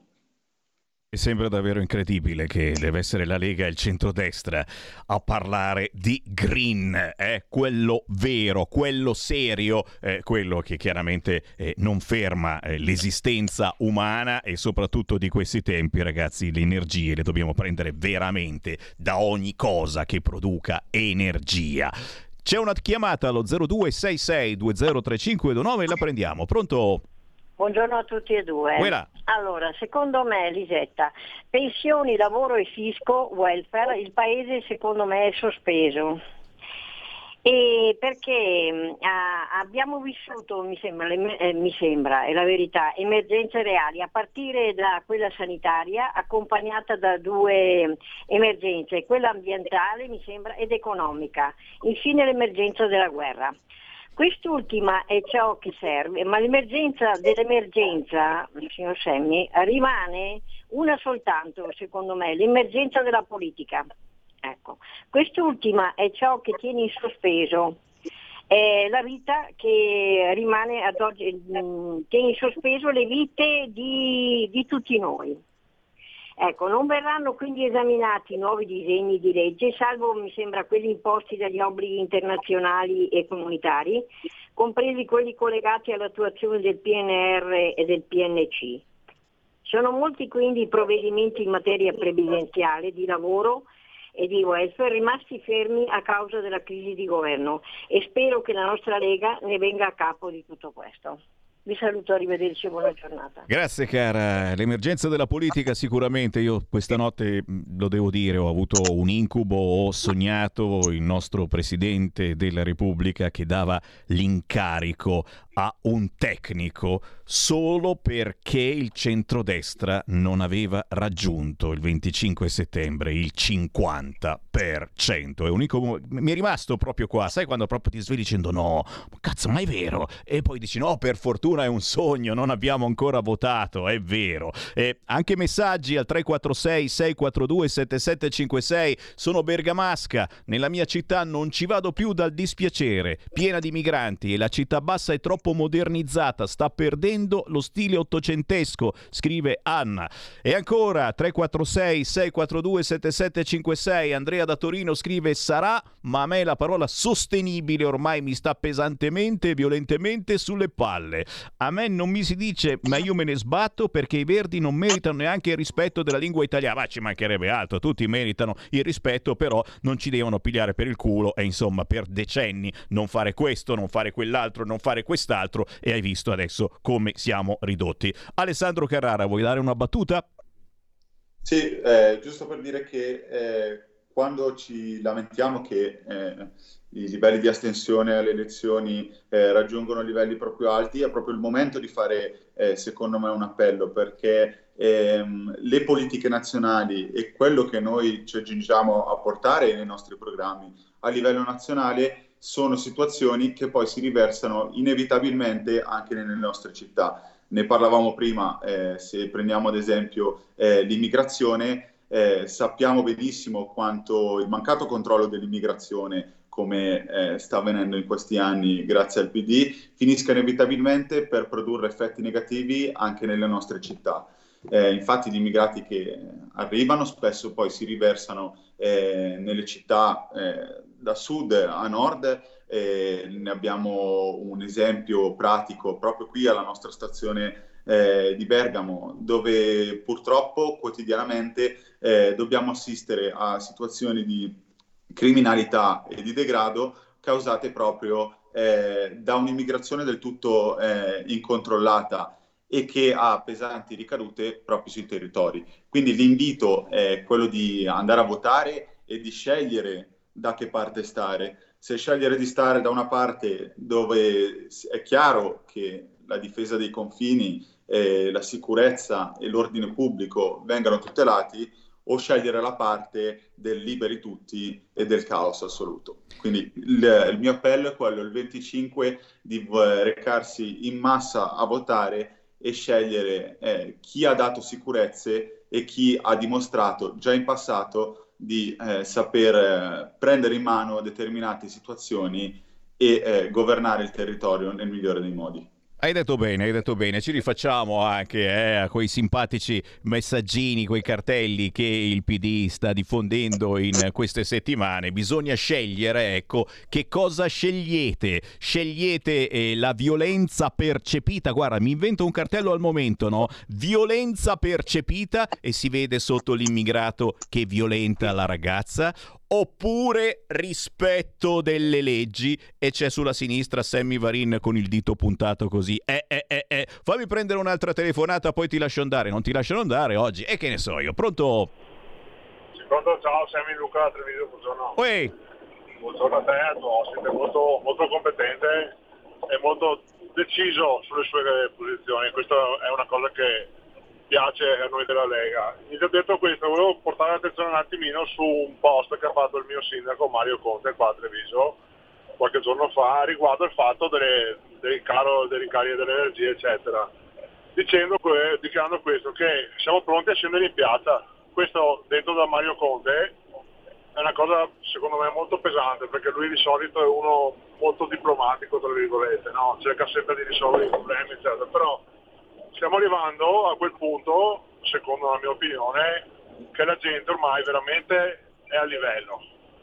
Mi sembra davvero incredibile che deve essere la Lega e il centrodestra a parlare di green, eh? Quello vero, quello serio, eh, quello che chiaramente eh, non ferma eh, l'esistenza umana, e soprattutto di questi tempi, ragazzi, le energie le dobbiamo prendere veramente da ogni cosa che produca energia. C'è una chiamata allo zero due sei sei due zero tre cinque due nove, la prendiamo. Pronto? Buongiorno a tutti e due. Buona. Allora, secondo me, Lisetta, pensioni, lavoro e fisco, welfare, il paese secondo me è sospeso. E perché ah, abbiamo vissuto, mi sembra, le, eh, mi sembra, è la verità, emergenze reali, a partire da quella sanitaria, accompagnata da due emergenze, quella ambientale, mi sembra, ed economica. Infine l'emergenza della guerra. Quest'ultima è ciò che serve, ma l'emergenza dell'emergenza, signor Semmi, rimane una soltanto, secondo me, l'emergenza della politica. Ecco, quest'ultima è ciò che tiene in sospeso, è la vita che rimane ad oggi, mh, tiene in sospeso le vite di, di tutti noi. Ecco, non verranno quindi esaminati nuovi disegni di legge, salvo, mi sembra, quelli imposti dagli obblighi internazionali e comunitari, compresi quelli collegati all'attuazione del P N R e del P N C. Sono molti quindi i provvedimenti in materia previdenziale, di lavoro e di welfare rimasti fermi a causa della crisi di governo, e spero che la nostra Lega ne venga a capo di tutto questo. Vi saluto, arrivederci e buona giornata. Grazie cara, l'emergenza della politica sicuramente. Io questa notte, lo devo dire, ho avuto un incubo, ho sognato il nostro Presidente della Repubblica che dava l'incarico a un tecnico solo perché il centrodestra non aveva raggiunto il venticinque settembre il cinquanta per cento. È un incubo, mi è rimasto proprio qua, sai quando proprio ti svegli dicendo no, cazzo, ma è vero? E poi dici no, per fortuna è un sogno, non abbiamo ancora votato, è vero. E anche messaggi al tre quattro sei sei quattro due sette sette cinque sei. Sono bergamasca, nella mia città non ci vado più dal dispiacere, piena di migranti, e la città bassa è troppo modernizzata, sta perdendo lo stile ottocentesco, scrive Anna. E ancora tre quattro sei sei quattro due sette sette cinque sei. Andrea da Torino scrive sarà, ma a me la parola sostenibile ormai mi sta pesantemente e violentemente sulle palle. A me non mi si dice, ma io me ne sbatto, perché i verdi non meritano neanche il rispetto della lingua italiana. Ma ci mancherebbe altro, tutti meritano il rispetto, però non ci devono pigliare per il culo, e insomma per decenni non fare questo, non fare quell'altro, non fare quest'altro, e hai visto adesso come siamo ridotti. Alessandro Carrara, vuoi dare una battuta? Sì, eh, giusto per dire che eh, quando ci lamentiamo che eh, i livelli di astensione alle elezioni eh, raggiungono livelli proprio alti, è proprio il momento di fare, eh, secondo me, un appello, perché ehm, le politiche nazionali e quello che noi ci accingiamo a portare nei nostri programmi a livello nazionale sono situazioni che poi si riversano inevitabilmente anche nelle nostre città. Ne parlavamo prima, eh, se prendiamo ad esempio eh, l'immigrazione, eh, sappiamo benissimo quanto il mancato controllo dell'immigrazione, come eh, sta avvenendo in questi anni grazie al P D, finisca inevitabilmente per produrre effetti negativi anche nelle nostre città. Eh, infatti gli immigrati che arrivano spesso poi si riversano eh, nelle città eh, da sud a nord. Eh, ne abbiamo un esempio pratico proprio qui alla nostra stazione eh, di Bergamo, dove purtroppo quotidianamente eh, dobbiamo assistere a situazioni di criminalità e di degrado causate proprio eh, da un'immigrazione del tutto eh, incontrollata e che ha pesanti ricadute proprio sui territori. Quindi l'invito è quello di andare a votare e di scegliere da che parte stare. Se scegliere di stare da una parte dove è chiaro che la difesa dei confini, eh, la sicurezza e l'ordine pubblico vengano tutelati, o scegliere la parte del liberi tutti e del caos assoluto. Quindi il, il mio appello è quello il venticinque di recarsi in massa a votare e scegliere eh, chi ha dato sicurezze e chi ha dimostrato già in passato di eh, saper eh, prendere in mano determinate situazioni e eh, governare il territorio nel migliore dei modi. Hai detto bene, hai detto bene, ci rifacciamo anche eh, a quei simpatici messaggini, quei cartelli che il P D sta diffondendo in queste settimane. Bisogna scegliere, ecco, che cosa scegliete. Scegliete eh, la violenza percepita, guarda, mi invento un cartello al momento, no? Violenza percepita e si vede sotto l'immigrato che violenta la ragazza, oppure rispetto delle leggi e c'è sulla sinistra Sammy Varin con il dito puntato così eh eh eh eh fammi prendere un'altra telefonata poi ti lascio andare. Non ti lasciano andare oggi e che ne so io. Pronto? Sì, pronto, ciao Sammy, Luca da Treviso, buongiorno. Uè. Buongiorno a te, a tuo ospite, molto, molto competente e molto deciso sulle sue posizioni. Questa è una cosa che piace a noi della Lega. Mi ha detto questo, volevo portare l'attenzione un attimino su un post che ha fatto il mio sindaco Mario Conte qua a Treviso qualche giorno fa riguardo il fatto delle, del caro dei rincari dell'energia eccetera, dicendo que, dichiarando questo, che siamo pronti a scendere in piazza. Questo detto da Mario Conte è una cosa secondo me molto pesante, perché lui di solito è uno molto diplomatico tra virgolette, no? Cerca sempre di risolvere i problemi eccetera, però stiamo arrivando a quel punto, secondo la mia opinione, che la gente ormai veramente è a livello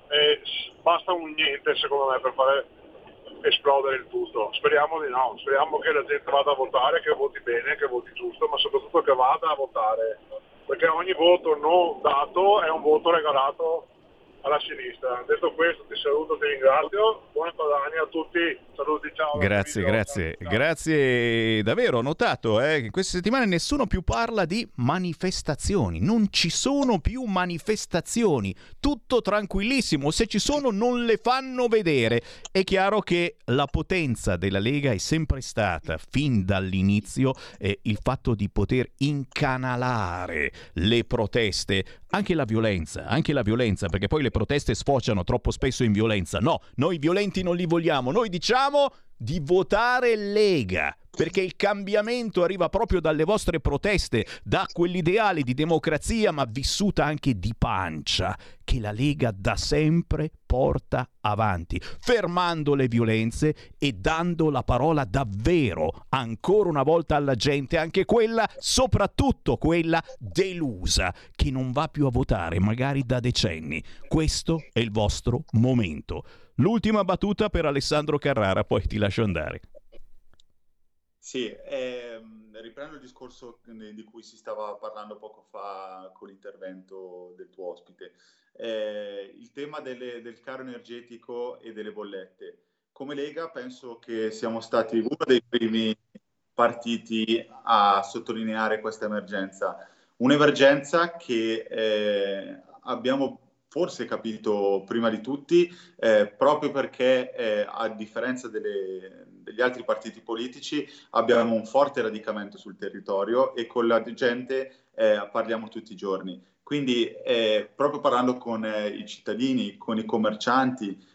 e basta un niente secondo me per fare esplodere il tutto. Speriamo di no, speriamo che la gente vada a votare, che voti bene, che voti giusto, ma soprattutto che vada a votare, perché ogni voto non dato è un voto regalato alla sinistra. Detto questo ti saluto, ti ringrazio, buone guadagni a tutti, saluti, ciao. Grazie, grazie, ciao. Grazie davvero, ho notato eh, che in queste settimane nessuno più parla di manifestazioni, non ci sono più manifestazioni, tutto tranquillissimo, se ci sono non le fanno vedere. È chiaro che la potenza della Lega è sempre stata, fin dall'inizio, eh, il fatto di poter incanalare le proteste, anche la violenza, anche la violenza, perché poi le proteste sfociano troppo spesso in violenza. No, noi violenti non li vogliamo, noi diciamo di votare Lega, perché il cambiamento arriva proprio dalle vostre proteste, da quell'ideale di democrazia ma vissuta anche di pancia che la Lega da sempre porta avanti, fermando le violenze e dando la parola davvero ancora una volta alla gente, anche quella, soprattutto quella delusa, che non va più a votare magari da decenni. Questo è il vostro momento. L'ultima battuta per Alessandro Carrara, poi ti lascio andare. Sì, ehm, riprendo il discorso di cui si stava parlando poco fa con l'intervento del tuo ospite. Eh, il tema delle, del caro energetico e delle bollette. Come Lega penso che siamo stati uno dei primi partiti a sottolineare questa emergenza. Un'emergenza che eh, abbiamo forse capito prima di tutti, eh, proprio perché eh, a differenza delle, degli altri partiti politici abbiamo un forte radicamento sul territorio e con la gente eh, parliamo tutti i giorni. Quindi eh, proprio parlando con eh, i cittadini, con i commercianti,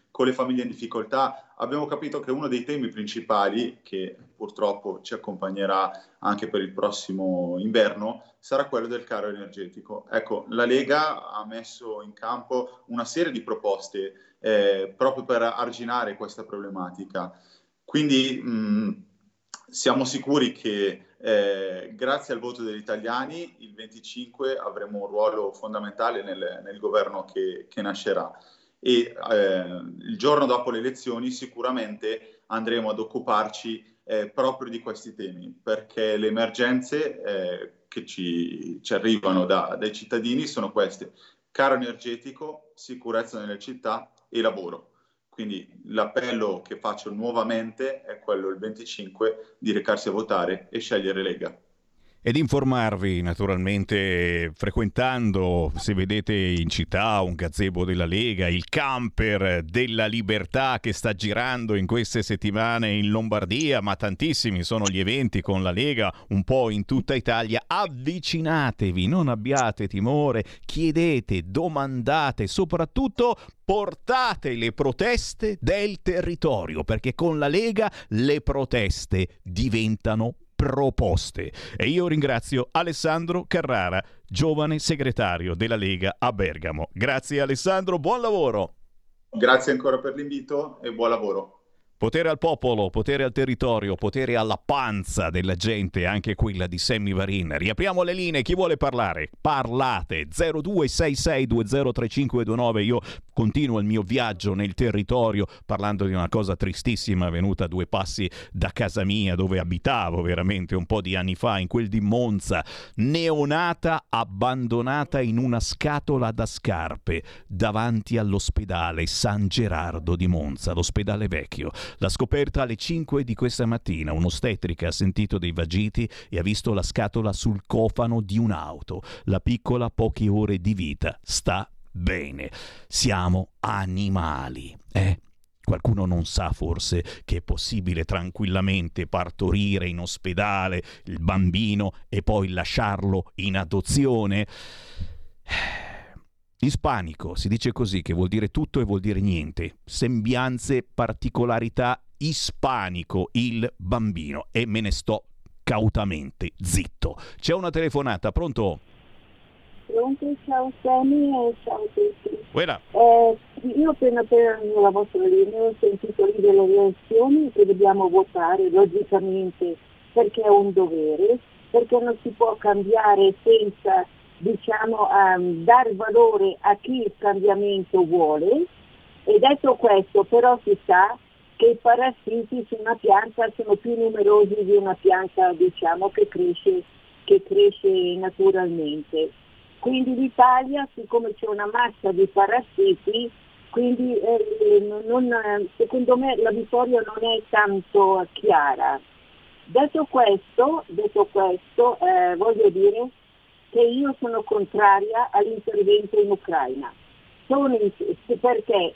con le famiglie in difficoltà. Abbiamo capito che uno dei temi principali, che purtroppo ci accompagnerà anche per il prossimo inverno, sarà quello del caro energetico. Ecco, la Lega ha messo in campo una serie di proposte eh, proprio per arginare questa problematica. Quindi mh, siamo sicuri che eh, grazie al voto degli italiani il venticinque avremo un ruolo fondamentale nel, nel governo che, che nascerà. E eh, il giorno dopo le elezioni sicuramente andremo ad occuparci eh, proprio di questi temi, perché le emergenze eh, che ci, ci arrivano da, dai cittadini sono queste: caro energetico, sicurezza nelle città e lavoro. Quindi l'appello che faccio nuovamente è quello il venticinque di recarsi a votare e scegliere Lega. Ed informarvi naturalmente frequentando, se vedete in città un gazebo della Lega, il camper della libertà che sta girando in queste settimane in Lombardia, ma tantissimi sono gli eventi con la Lega un po' in tutta Italia. Avvicinatevi, non abbiate timore, chiedete, domandate, soprattutto portate le proteste del territorio, perché con la Lega le proteste diventano proposte. E io ringrazio Alessandro Carrara, giovane segretario della Lega a Bergamo. Grazie Alessandro, buon lavoro. Grazie ancora per l'invito e buon lavoro. Potere al popolo, potere al territorio, potere alla panza della gente, anche quella di Sammy Varin. Riapriamo le linee, chi vuole parlare? Parlate, zero due sei sei due zero tre cinque due nove. Io continuo il mio viaggio nel territorio parlando di una cosa tristissima avvenuta a due passi da casa mia, dove abitavo veramente un po' di anni fa, in quel di Monza. Neonata abbandonata in una scatola da scarpe davanti all'ospedale San Gerardo di Monza, l'ospedale vecchio. L'ha scoperta alle cinque di questa mattina. Un'ostetrica ha sentito dei vagiti e ha visto la scatola sul cofano di un'auto. La piccola, poche ore di vita, sta bene. Siamo animali, eh? Qualcuno non sa forse che è possibile tranquillamente partorire in ospedale il bambino e poi lasciarlo in adozione? Ispanico, si dice così, che vuol dire tutto e vuol dire niente. Sembianze, particolarità, ispanico il bambino. E me ne sto cautamente zitto. C'è una telefonata, pronto? Pronto, ciao Sammy e ciao a tutti. Buona. Eh, io appena per la vostra linea ho sentito lì delle reazioni che dobbiamo votare logicamente perché è un dovere, perché non si può cambiare senza, diciamo, um, dare valore a chi il cambiamento vuole. E detto questo, però si sa che i parassiti su una pianta sono più numerosi di una pianta, diciamo, che cresce, che cresce naturalmente. Quindi l'Italia, siccome c'è una massa di parassiti, quindi eh, non, secondo me la vittoria non è tanto chiara. Detto questo, detto questo eh, voglio dire che io sono contraria all'intervento in Ucraina. Sono in, perché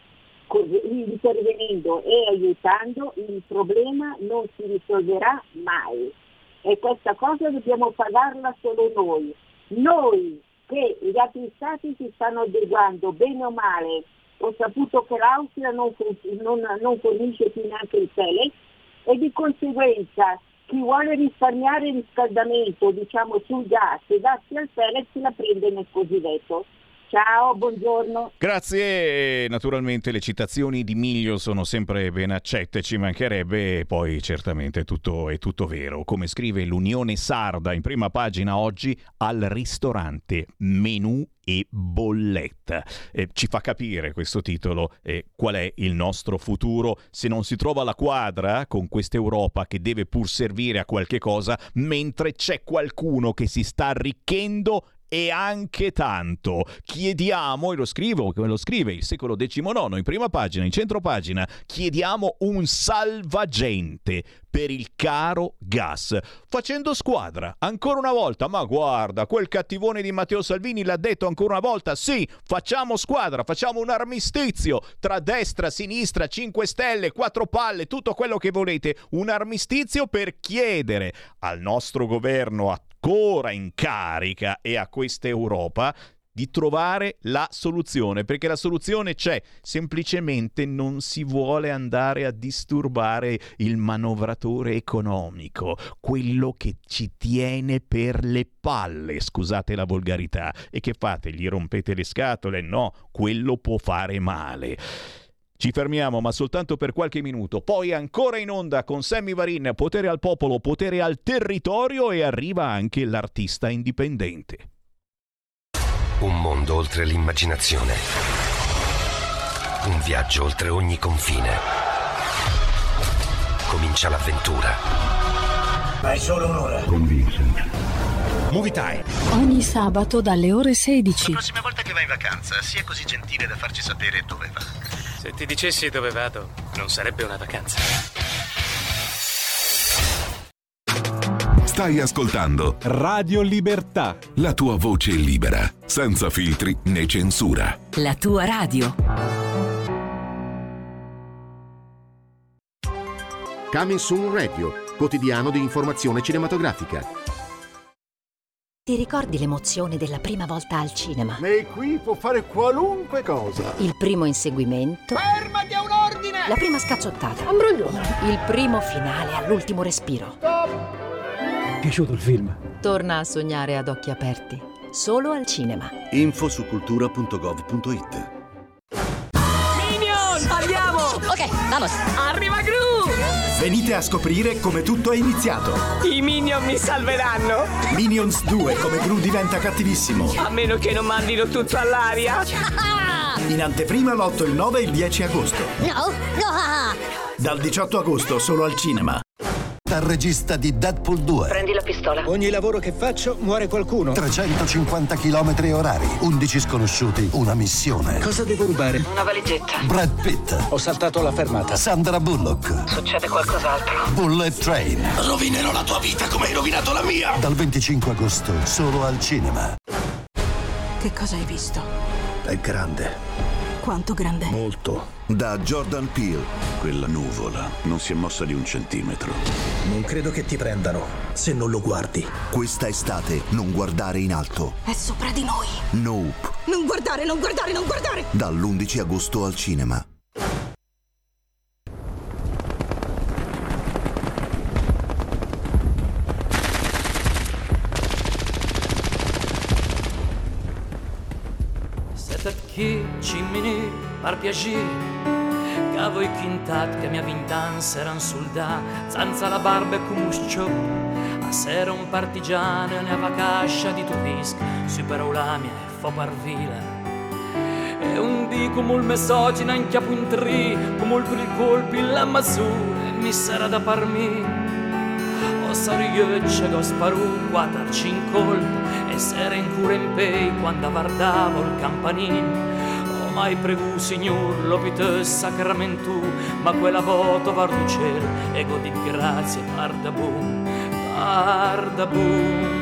intervenendo e aiutando il problema non si risolverà mai. E questa cosa dobbiamo pagarla solo noi. Noi che gli altri stati si stanno adeguando bene o male. Ho saputo che l'Austria non, non, non fornisce più neanche il pellet e di conseguenza chi vuole risparmiare il riscaldamento, diciamo, sul gas e darsi al pellet se la prende nel cosiddetto. Ciao, buongiorno. Grazie, naturalmente le citazioni di Miglio sono sempre ben accette, ci mancherebbe, e poi certamente tutto è tutto vero. Come scrive l'Unione Sarda in prima pagina oggi, al ristorante menù e bolletta. Eh, ci fa capire questo titolo eh, qual è il nostro futuro se non si trova la quadra con questa Europa che deve pur servire a qualche cosa, mentre c'è qualcuno che si sta arricchendo e anche tanto. Chiediamo, e lo scrivo, lo scrive il secolo diciannove in prima pagina, in centropagina, chiediamo un salvagente per il caro gas, facendo squadra ancora una volta. Ma guarda, quel cattivone di Matteo Salvini l'ha detto ancora una volta: sì, facciamo squadra, facciamo un armistizio tra destra, sinistra, cinque stelle, quattro palle, tutto quello che volete, un armistizio per chiedere al nostro governo ancora in carica e a questa Europa di trovare la soluzione, perché la soluzione c'è, semplicemente non si vuole andare a disturbare il manovratore economico, quello che ci tiene per le palle, scusate la volgarità. E che fate? Gli rompete le scatole? No, quello può fare male. Ci fermiamo, ma soltanto per qualche minuto. Poi ancora in onda con Sammy Varin, potere al popolo, potere al territorio, e arriva anche l'artista indipendente. Un mondo oltre l'immaginazione. Un viaggio oltre ogni confine. Comincia l'avventura. Hai solo un'ora. Con Vincent. Movie Time. Ogni sabato dalle ore sedici. La prossima volta che vai in vacanza, sia così gentile da farci sapere dove va. Se ti dicessi dove vado, non sarebbe una vacanza. Stai ascoltando Radio Libertà. La tua voce libera, senza filtri né censura. La tua radio. Coming Soon Radio, quotidiano di informazione cinematografica. Ti ricordi l'emozione della prima volta al cinema? Lei qui può fare qualunque cosa. Il primo inseguimento. Fermati a un ordine! La prima scazzottata. Ambroglione. Il primo finale all'ultimo respiro. Stop! Piaciuto il film? Torna a sognare ad occhi aperti. Solo al cinema. Info su cultura punto gov punto it. Minion! Andiamo! Ok, vamos! Arriva Gru! Venite a scoprire come tutto è iniziato. I Minion mi salveranno? Minions due, come Gru diventa cattivissimo. A meno che non mandino tutto all'aria. In anteprima l'otto, il nove e il dieci agosto. No, no! Dal diciotto agosto solo al cinema. Dal regista di Deadpool due. Prendi la pistola. Ogni lavoro che faccio muore qualcuno. trecentocinquanta chilometri orari. undici sconosciuti, una missione. Cosa devo rubare? Una valigetta. Brad Pitt. Ho saltato alla fermata. Sandra Bullock. Succede qualcos'altro. Bullet Train. Rovinerò la tua vita come hai rovinato la mia. Dal venticinque agosto solo al cinema. Che cosa hai visto? È grande. Quanto grande? Molto. Da Jordan Peele. Quella nuvola non si è mossa di un centimetro. Non credo che ti prendano se non lo guardi. Questa estate non guardare in alto. È sopra di noi. Nope. Non guardare, non guardare, non guardare! Dall'undici agosto al cinema. Qui, cimini, par piacere, cavo i quintat che mia vintan seran soldat, senza la barba e cumuscio, a sera un partigiano e ne avacascia di turisc, super ulamia e fo parvila. E un dì come il mesogina in chiapo in tri, come il per colpi la masura, e mi sarà da parmi. O sariglioccia che ho sparu quattro cinque colpi, e s'era in cura in pei quando guardavo il campanino. Oh mai pregu signor l'opite sacramentù, ma quella voto var du ciel e godit grazie parda bum, parda bum.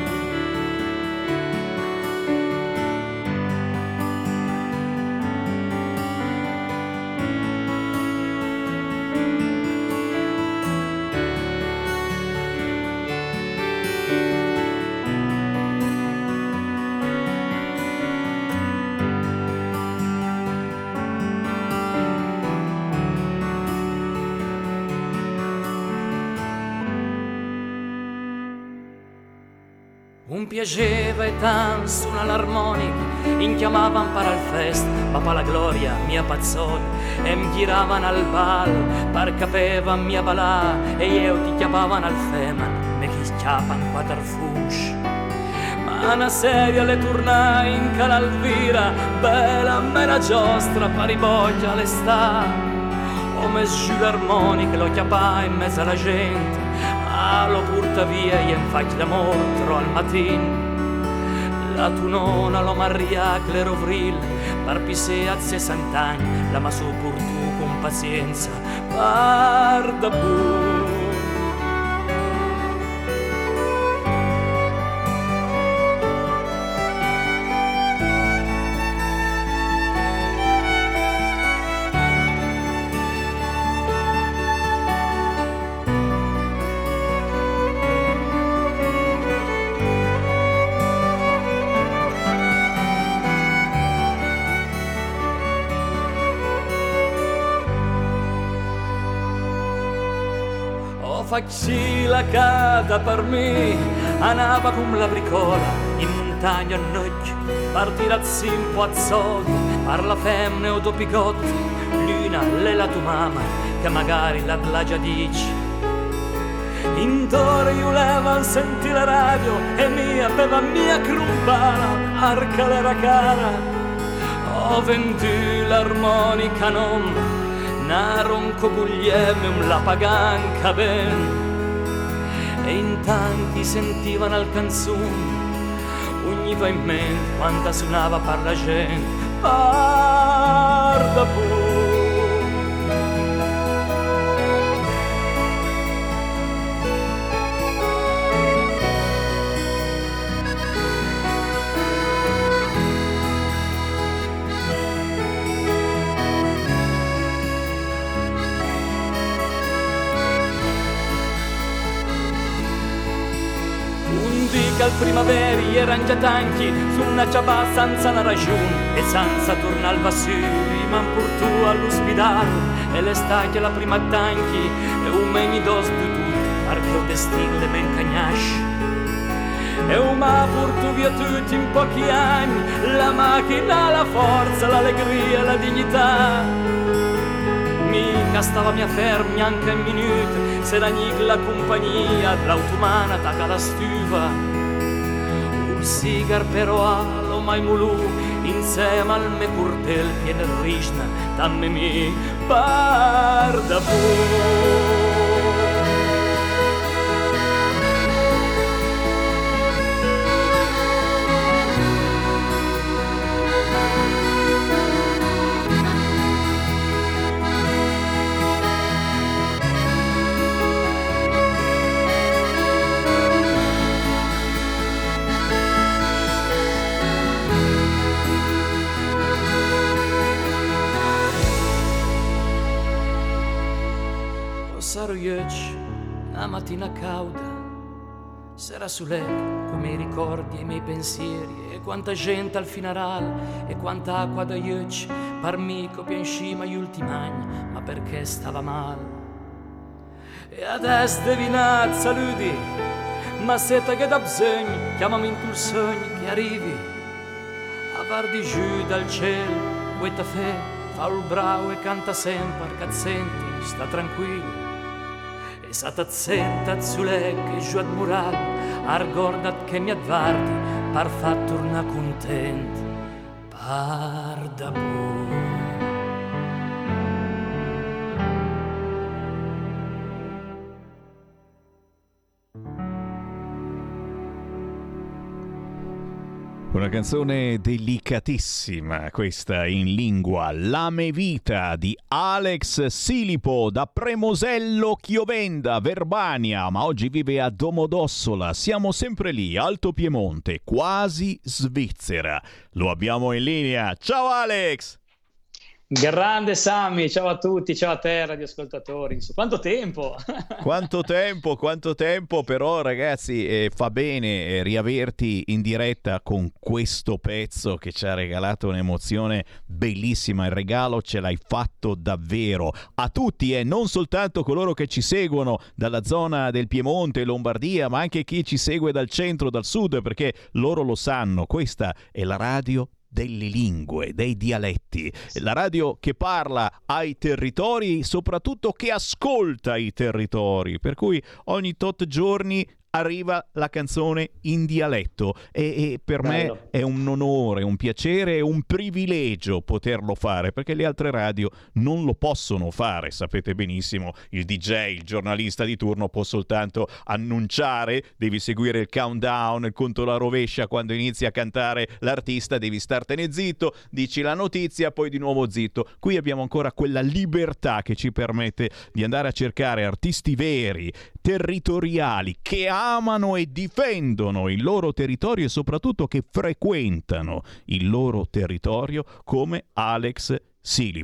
Un piaceva e tan suona l'armonica, in chiamavan para il fest, ma pa la gloria mia pazzot, e mi giravan al bal, par capevan mia balà, e io ti chiamavan al feman, me chi chiapan quattro fusci. Ma una seria le turnai in calalvira, bella mena giostra, pari boglia le sta, o mes giù l'armonica lo chiapai in mezzo alla gente, ah, lo porta via e infatti l'amor tro al matin. La tu nonna lo maria che l'ero vril, par pise a sessant'anni, la ma su pur tu con pazienza, guarda bu. faccia cada per me, anava come la bricola in montagna a notte, partirazzi un po' azzoli, parla femmine o dopigotti, l'una è la tua mamma, che magari la la già dici. Intorno io leva a sentire la radio e mia beva mia crumpala, arca l'era cara, ho venduto l'armonica non, naron cobuglieme la paganca ben, e in tanti sentivano al canzone, ogni va in mente quanta suonava per la gente, guarda pure. Al primavera erano già tanchi su una ciaba senza una ragione e senza tornare al Vassuri, ma pur tu all'ospedale e l'estate la prima tanchi e un meni dos di tutti perché il destino le mencagnash e un ma pur tu via tutti in pochi anni la macchina, la forza, l'allegria, la dignità mica stava mia fermi anche un minuto se la la compagnia l'automana tacca la stufa sigar però allo mai mulu insieme al me curtel piene rishna dammi mi parda pu. Saro ieci, una mattina cauda, sera su lei, come i ricordi e i miei pensieri, e quanta gente al funerale, e quanta acqua da ieci, parmico piancima gli ultimi anni, ma perché stava male. E adesso devi nare, saluti, ma seta che da bisogno, chiamami in tuo sogno che arrivi, a var di giù dal cielo, questa fe, fa il bravo e canta sempre, cazzenti, sta tranquillo. E sa tazzenta zule che giù ad mural, argordat che mi advardi, par fa torna content, par da bu. Una canzone delicatissima, questa in lingua La me vita di Alex Silipo da Premosello Chiovenda, Verbania, ma oggi vive a Domodossola. Siamo sempre lì, Alto Piemonte, quasi Svizzera. Lo abbiamo in linea. Ciao Alex! Grande Sammy, ciao a tutti, ciao a te radioascoltatori. Quanto tempo! Quanto tempo, quanto tempo, però ragazzi eh, fa bene eh, riaverti in diretta con questo pezzo che ci ha regalato un'emozione bellissima. Il regalo ce l'hai fatto davvero a tutti e eh, non soltanto coloro che ci seguono dalla zona del Piemonte, Lombardia, ma anche chi ci segue dal centro, dal sud, perché loro lo sanno, questa è la radio delle lingue, dei dialetti, la radio che parla ai territori, soprattutto che ascolta i territori, per cui ogni tot giorni arriva la canzone in dialetto e, e per Bello. me è un onore, un piacere e un privilegio poterlo fare, perché le altre radio non lo possono fare. Sapete benissimo, il D J, il giornalista di turno può soltanto annunciare, devi seguire il countdown, il conto alla rovescia, quando inizia a cantare l'artista devi startene zitto, dici la notizia, poi di nuovo zitto. Qui abbiamo ancora quella libertà che ci permette di andare a cercare artisti veri, territoriali, che amano e difendono il loro territorio e soprattutto che frequentano il loro territorio, come Alex Silipo.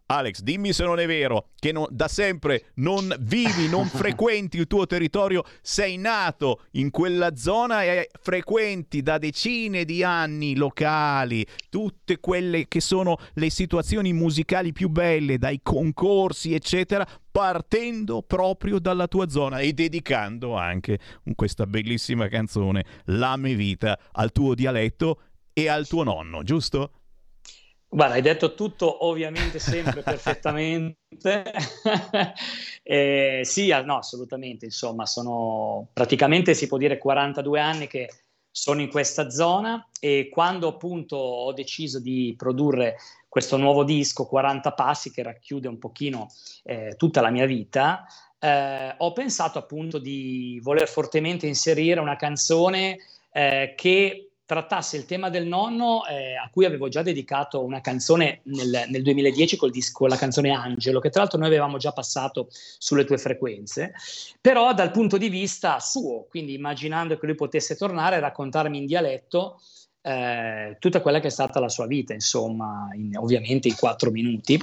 Alex, dimmi se non è vero che non, da sempre non vivi, non frequenti il tuo territorio, sei nato in quella zona e frequenti da decine di anni locali, tutte quelle che sono le situazioni musicali più belle, dai concorsi eccetera, partendo proprio dalla tua zona e dedicando anche questa bellissima canzone La mia vita al tuo dialetto e al tuo nonno, giusto? Guarda, hai detto tutto ovviamente sempre perfettamente. eh, sì, no, assolutamente, insomma, sono praticamente, si può dire, quarantadue anni che sono in questa zona, e quando appunto ho deciso di produrre questo nuovo disco, quaranta passi, che racchiude un pochino eh, tutta la mia vita, eh, ho pensato appunto di voler fortemente inserire una canzone eh, che trattasse il tema del nonno, eh, a cui avevo già dedicato una canzone nel, nel duemiladieci col disco, la canzone Angelo, che tra l'altro noi avevamo già passato sulle tue frequenze, però dal punto di vista suo, quindi immaginando che lui potesse tornare e raccontarmi in dialetto eh, tutta quella che è stata la sua vita, insomma, in, ovviamente in quattro minuti.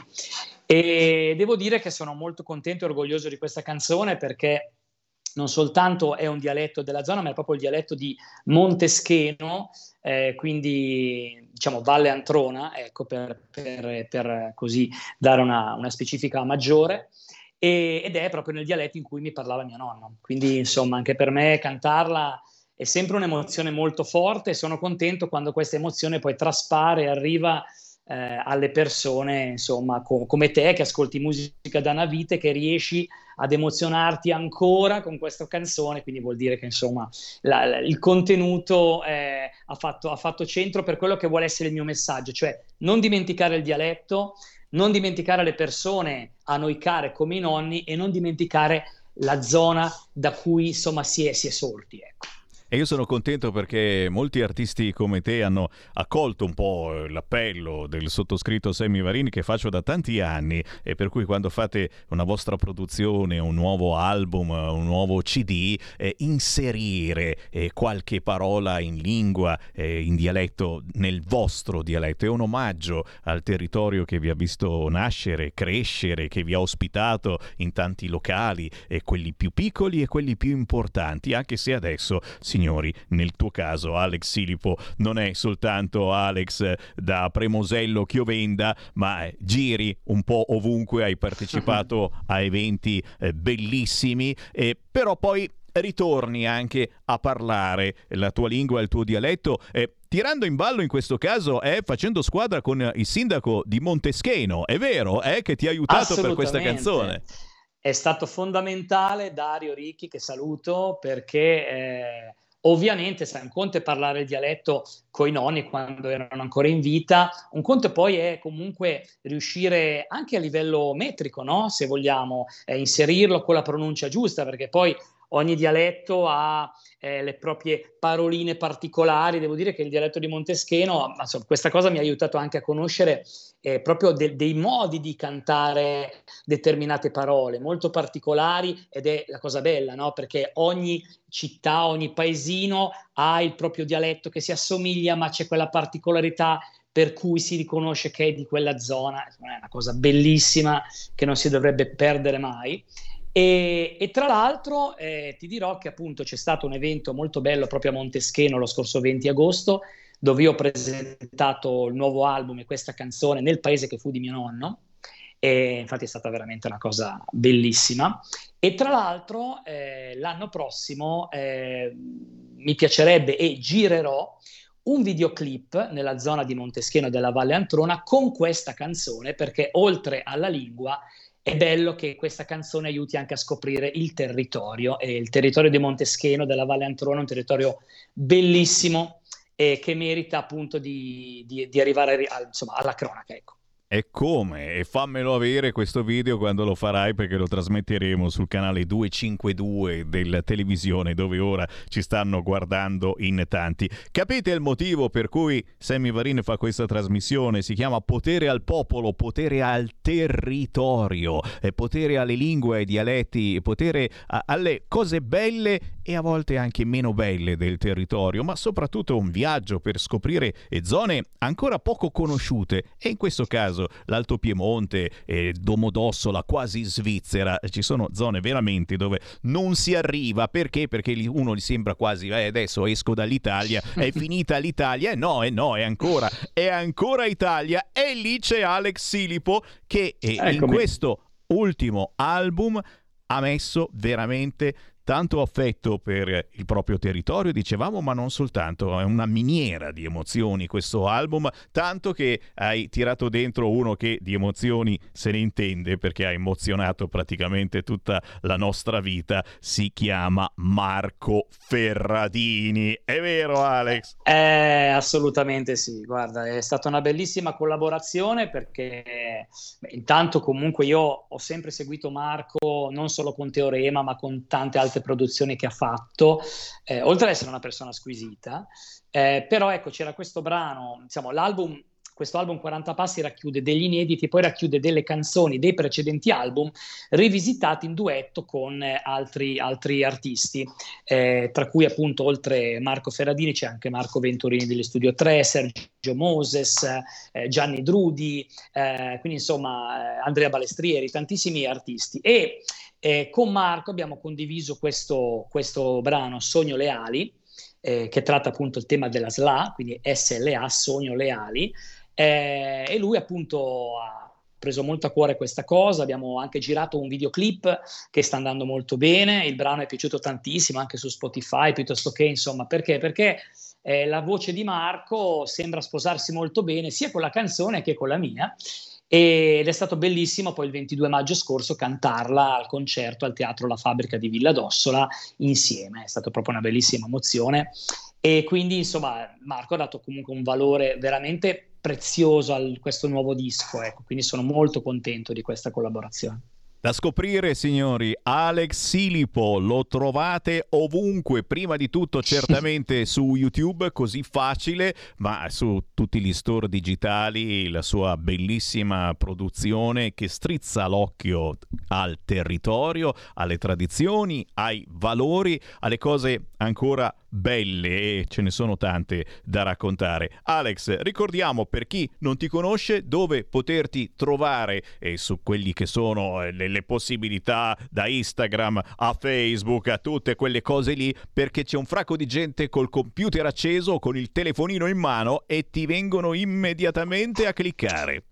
E devo dire che sono molto contento e orgoglioso di questa canzone, perché non soltanto è un dialetto della zona, ma è proprio il dialetto di Montescheno, eh, quindi diciamo Valle Antrona, ecco, per, per, per così dare una, una specifica maggiore, e, ed è proprio nel dialetto in cui mi parlava mio nonno. Quindi insomma anche per me cantarla è sempre un'emozione molto forte, e sono contento quando questa emozione poi traspare e arriva Eh, alle persone, insomma, co- come te, che ascolti musica da una vita e che riesci ad emozionarti ancora con questa canzone, quindi vuol dire che insomma la, la, il contenuto eh, ha, fatto, ha fatto centro per quello che vuole essere il mio messaggio, cioè non dimenticare il dialetto, non dimenticare le persone a noi care come i nonni, e non dimenticare la zona da cui insomma si è, si è sorti, ecco. E io sono contento perché molti artisti come te hanno accolto un po' l'appello del sottoscritto Sammy Varin, che faccio da tanti anni, e per cui quando fate una vostra produzione, un nuovo album, un nuovo C D, eh, inserire eh, qualche parola in lingua, eh, in dialetto, nel vostro dialetto, è un omaggio al territorio che vi ha visto nascere, crescere, che vi ha ospitato in tanti locali, eh, quelli più piccoli e quelli più importanti, anche se adesso, signori, nel tuo caso Alex Silipo non è soltanto Alex da Premosello Chiovenda, ma eh, giri un po' ovunque, hai partecipato a eventi eh, bellissimi, eh, però poi ritorni anche a parlare la tua lingua e il tuo dialetto, eh, tirando in ballo in questo caso, eh, facendo squadra con il sindaco di Montescheno, è vero, eh, che ti ha aiutato per questa canzone. È stato fondamentale Dario Ricchi, che saluto, perché eh, ovviamente sai, un conto è parlare il dialetto coi nonni quando erano ancora in vita, un conto poi è comunque riuscire anche a livello metrico, no? Se vogliamo eh, inserirlo con la pronuncia giusta, perché poi ogni dialetto ha eh, le proprie paroline particolari. Devo dire che il dialetto di Montescheno, insomma, questa cosa mi ha aiutato anche a conoscere eh, proprio de- dei modi di cantare determinate parole molto particolari, ed è la cosa bella, no? Perché ogni città, ogni paesino ha il proprio dialetto che si assomiglia, ma c'è quella particolarità per cui si riconosce che è di quella zona. È una cosa bellissima che non si dovrebbe perdere mai. E, e tra l'altro eh, ti dirò che appunto c'è stato un evento molto bello proprio a Montescheno lo scorso venti agosto, dove io ho presentato il nuovo album e questa canzone nel paese che fu di mio nonno, e infatti è stata veramente una cosa bellissima. E tra l'altro eh, l'anno prossimo eh, mi piacerebbe e girerò un videoclip nella zona di Montescheno della Valle Antrona con questa canzone, perché oltre alla lingua è bello che questa canzone aiuti anche a scoprire il territorio, e il territorio di Montescheno della Valle Antrona è un territorio bellissimo e che merita appunto di, di, di arrivare a, insomma, alla cronaca, ecco. E come? E fammelo avere questo video quando lo farai, perché lo trasmetteremo sul canale duecentocinquantadue della televisione, dove ora ci stanno guardando in tanti. Capite il motivo per cui Sammy Varin fa questa trasmissione? Si chiama Potere al popolo, potere al territorio, potere alle lingue, ai dialetti, potere a, alle cose belle e a volte anche meno belle del territorio, ma soprattutto un viaggio per scoprire zone ancora poco conosciute, e in questo caso l'Alto Piemonte e Domodossola, quasi Svizzera. Ci sono zone veramente dove non si arriva, perché? Perché uno gli sembra quasi eh, adesso esco dall'Italia, è finita l'Italia, e no, e no, è ancora, è ancora Italia, e lì c'è Alex Silipo che eh, in questo ultimo album ha messo veramente tanto affetto per il proprio territorio, dicevamo, ma non soltanto, è una miniera di emozioni questo album, tanto che hai tirato dentro uno che di emozioni se ne intende, perché ha emozionato praticamente tutta la nostra vita, si chiama Marco Ferradini. È vero, Alex? Eh, assolutamente sì, guarda, è stata una bellissima collaborazione, perché beh, intanto comunque io ho sempre seguito Marco non solo con Teorema ma con tante altre produzioni che ha fatto, eh, oltre ad essere una persona squisita, eh, però ecco, c'era questo brano, diciamo, l'album, questo album quaranta passi racchiude degli inediti, poi racchiude delle canzoni dei precedenti album rivisitati in duetto con eh, altri, altri artisti, eh, tra cui appunto oltre Marco Ferradini c'è anche Marco Venturini degli Studio tre, Sergio Moses, eh, Gianni Drudi, eh, quindi insomma eh, Andrea Balestrieri, tantissimi artisti. E Eh, con Marco abbiamo condiviso questo, questo brano Sogno Leali, eh, che tratta appunto il tema della S L A, quindi S L A, Sogno Leali, eh, e lui appunto ha preso molto a cuore questa cosa. Abbiamo anche girato un videoclip che sta andando molto bene, il brano è piaciuto tantissimo anche su Spotify, piuttosto che, insomma, perché? Perché eh, la voce di Marco sembra sposarsi molto bene sia con la canzone che con la mia, ed è stato bellissimo poi il ventidue maggio scorso cantarla al concerto al Teatro La Fabbrica di Villa d'Ossola insieme. È stata proprio una bellissima emozione, e quindi insomma Marco ha dato comunque un valore veramente prezioso a questo nuovo disco, ecco, quindi sono molto contento di questa collaborazione. Da scoprire, signori, Alex Silipo, lo trovate ovunque, prima di tutto certamente su YouTube, così facile, ma su tutti gli store digitali, la sua bellissima produzione che strizza l'occhio al territorio, alle tradizioni, ai valori, alle cose ancora belle, e ce ne sono tante da raccontare. Alex, ricordiamo per chi non ti conosce dove poterti trovare, e su quelli che sono le, le possibilità da Instagram a Facebook, a tutte quelle cose lì, perché c'è un fracco di gente col computer acceso o con il telefonino in mano e ti vengono immediatamente a cliccare.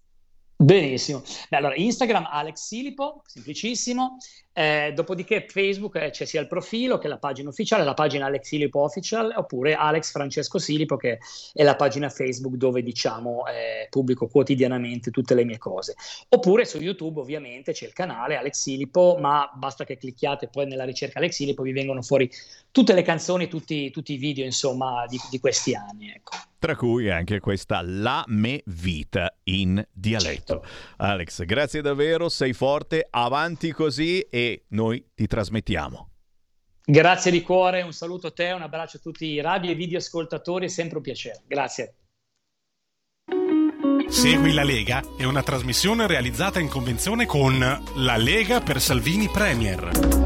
Benissimo. Beh, allora Instagram Alex Silipo, semplicissimo. Eh, dopodiché Facebook eh, c'è sia il profilo che la pagina ufficiale, la pagina Alex Silipo Official, oppure Alex Francesco Silipo, che è la pagina Facebook dove diciamo eh, pubblico quotidianamente tutte le mie cose. Oppure su YouTube ovviamente c'è il canale Alex Silipo, ma basta che clicchiate poi nella ricerca Alex Silipo, vi vengono fuori tutte le canzoni, tutti, tutti i video insomma di, di questi anni, ecco. Tra cui anche questa La Me Vita in dialetto. Certo. Alex, grazie davvero, sei forte, avanti così, e noi ti trasmettiamo. Grazie di cuore, un saluto a te, un abbraccio a tutti i radio e video ascoltatori, è sempre un piacere. Grazie. Segui la Lega è una trasmissione realizzata in convenzione con La Lega per Salvini Premier.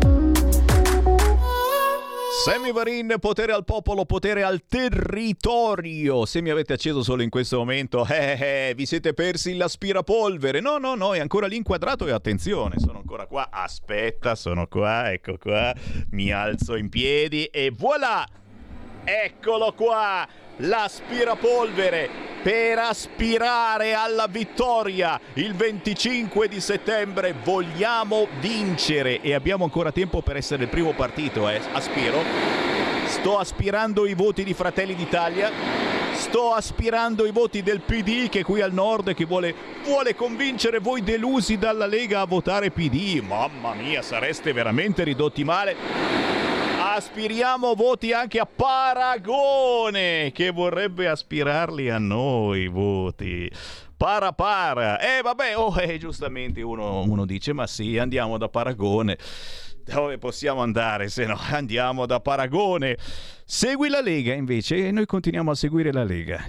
Sammy Varin, potere al popolo, potere al territorio. Se mi avete acceso solo in questo momento, eh, eh, vi siete persi l'aspirapolvere. No, no, no, è ancora lì inquadrato, e attenzione, sono ancora qua. Aspetta, sono qua, ecco qua. Mi alzo in piedi e voilà! Eccolo qua! L'aspirapolvere per aspirare alla vittoria il venticinque di settembre. Vogliamo vincere e abbiamo ancora tempo per essere il primo partito, eh. Aspiro, sto aspirando i voti di Fratelli d'Italia, sto aspirando i voti del P D, che qui al nord, che vuole, vuole convincere voi delusi dalla Lega a votare P D. Mamma mia, sareste veramente ridotti male. Aspiriamo voti anche a Paragone, che vorrebbe aspirarli a noi voti. Para para. Eh vabbè, oh, eh, giustamente uno, uno dice, ma sì, andiamo da Paragone. Dove possiamo andare se no? Andiamo da Paragone. Segui la Lega invece, e noi continuiamo a seguire la Lega. Già,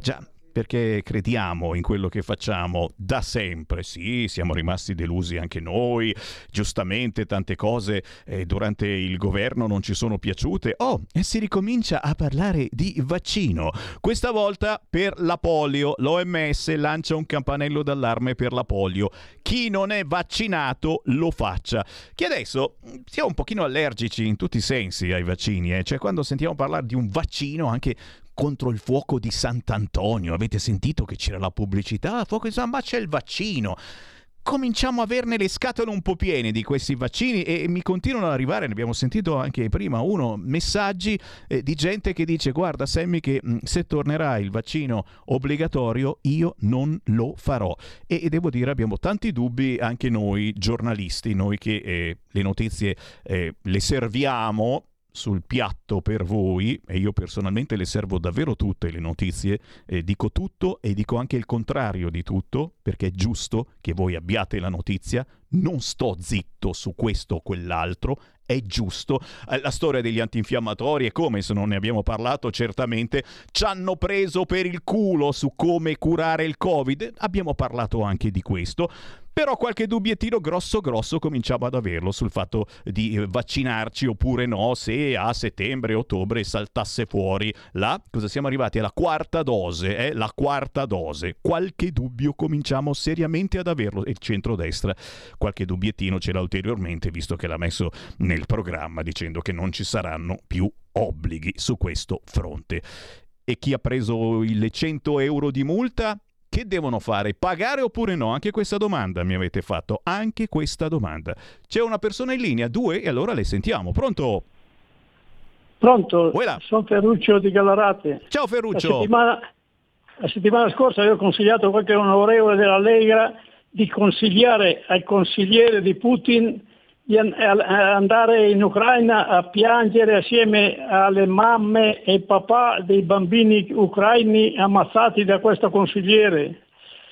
perché crediamo in quello che facciamo da sempre. Sì, siamo rimasti delusi anche noi, giustamente tante cose eh, durante il governo non ci sono piaciute. Oh, e si ricomincia a parlare di vaccino, questa volta per la polio. L'O M S lancia un campanello d'allarme per la polio: chi non è vaccinato lo faccia. Che adesso siamo un pochino allergici in tutti i sensi ai vaccini, eh? Cioè quando sentiamo parlare di un vaccino anche contro il fuoco di Sant'Antonio, avete sentito che c'era la pubblicità? Fuoco di San, ma c'è il vaccino. Cominciamo a averne le scatole un po' piene di questi vaccini e mi continuano ad arrivare, ne abbiamo sentito anche prima uno, messaggi eh, di gente che dice: guarda Sammy, che mh, se tornerà il vaccino obbligatorio io non lo farò. E, e devo dire, abbiamo tanti dubbi anche noi giornalisti, noi che eh, le notizie eh, le serviamo sul piatto per voi, e io personalmente le servo davvero tutte le notizie, eh, dico tutto e dico anche il contrario di tutto, perché è giusto che voi abbiate la notizia, non sto zitto su questo o quell'altro, è giusto. Eh, la storia degli antinfiammatori e come, se non ne abbiamo parlato, certamente ci hanno preso per il culo su come curare il Covid, abbiamo parlato anche di questo. Però qualche dubbiettino grosso grosso cominciamo ad averlo sul fatto di vaccinarci oppure no, se a settembre, ottobre saltasse fuori la, cosa siamo arrivati alla quarta dose, eh? La quarta dose. Qualche dubbio cominciamo seriamente ad averlo, e il centrodestra qualche dubbiettino ce l'ha ulteriormente, visto che l'ha messo nel programma dicendo che non ci saranno più obblighi su questo fronte. E chi ha preso le cento euro di multa? Che devono fare? Pagare oppure no? Anche questa domanda mi avete fatto, anche questa domanda. C'è una persona in linea, due, e allora le sentiamo. Pronto? Pronto? Sono Ferruccio di Gallarate. Ciao Ferruccio. La settimana, la settimana scorsa avevo consigliato a qualche onorevole della Lega di consigliare al consigliere di Putin di andare in Ucraina a piangere assieme alle mamme e papà dei bambini ucraini ammazzati da questo consigliere.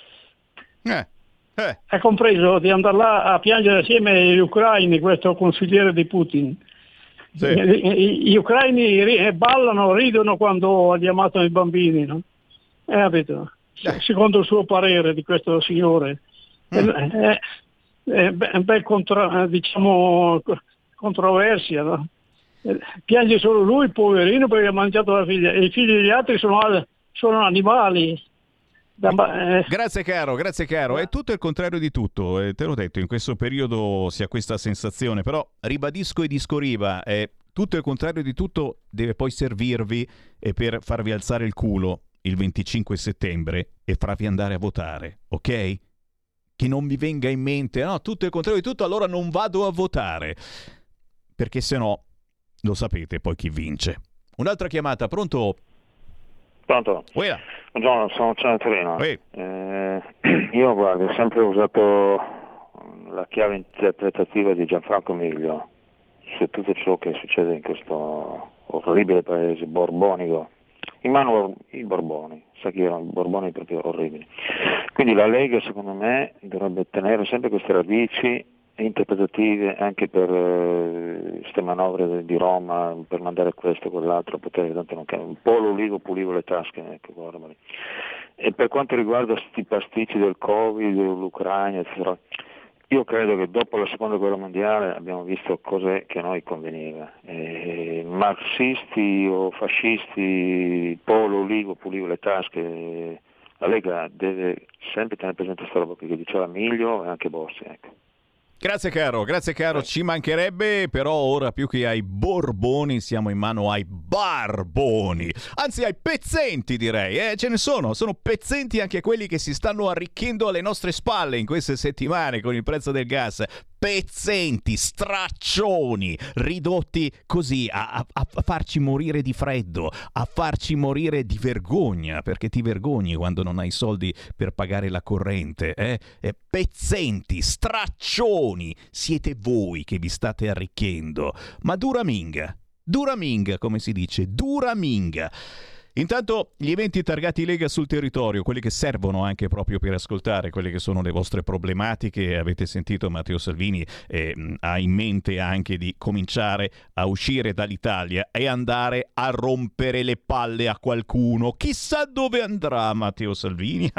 Eh, eh. Ha compreso di andare là a piangere assieme agli ucraini, questo consigliere di Putin. Sì. Gli, gli ucraini ri- ballano, ridono quando ha chiamato i bambini, no? Eh, capito? Eh. Secondo il suo parere di questo signore. Mm. Eh, Eh, beh, beh contra, diciamo controversia, no? Eh, piange solo lui, poverino, perché ha mangiato la figlia, e i figli degli altri sono, sono animali. Da, eh. Grazie caro, grazie caro. È tutto il contrario di tutto, eh, te l'ho detto, in questo periodo si ha questa sensazione, però ribadisco e disco riva, eh, tutto il contrario di tutto deve poi servirvi eh, per farvi alzare il culo il venticinque settembre e farvi andare a votare, ok? Che non vi venga in mente, no, tutto il contrario di tutto, allora non vado a votare, perché se no, lo sapete poi chi vince. Un'altra chiamata, pronto? Pronto? Uela. Buongiorno, sono Luciano Torino. Eh, io guardo, ho sempre usato la chiave interpretativa di Gianfranco Miglio su tutto ciò che succede in questo orribile paese borbonico. In mano i Borboni, sa chi erano i Borboni proprio orribili. Quindi la Lega secondo me dovrebbe tenere sempre queste radici interpretative anche per queste eh, manovre di Roma, per mandare questo e quell'altro, potere tanto non cambia. Un po' l'olivo pulivo le tasche, ecco, guarda. E per quanto riguarda questi pasticci del Covid, l'Ucraina, eccetera, io credo che dopo la seconda guerra mondiale abbiamo visto cose che a noi conveniva. Eh, marxisti o fascisti, polo, olivo, pulivo le tasche, la Lega deve sempre tenere presente questa roba che diceva Miglio e anche Bossi, ecco. Grazie caro, grazie caro, ci mancherebbe, però ora più che ai Borboni siamo in mano ai barboni, anzi ai pezzenti direi, eh? Ce ne sono, sono pezzenti anche quelli che si stanno arricchendo alle nostre spalle in queste settimane con il prezzo del gas. Pezzenti, straccioni, ridotti così a, a, a farci morire di freddo, a farci morire di vergogna, perché ti vergogni quando non hai soldi per pagare la corrente, eh? Eh, pezzenti, straccioni, siete voi che vi state arricchendo, ma dura minga, dura minga come si dice, dura minga. Intanto gli eventi targati Lega sul territorio, quelli che servono anche proprio per ascoltare quelle che sono le vostre problematiche. Avete sentito Matteo Salvini eh, ha in mente anche di cominciare a uscire dall'Italia e andare a rompere le palle a qualcuno. Chissà dove andrà Matteo Salvini.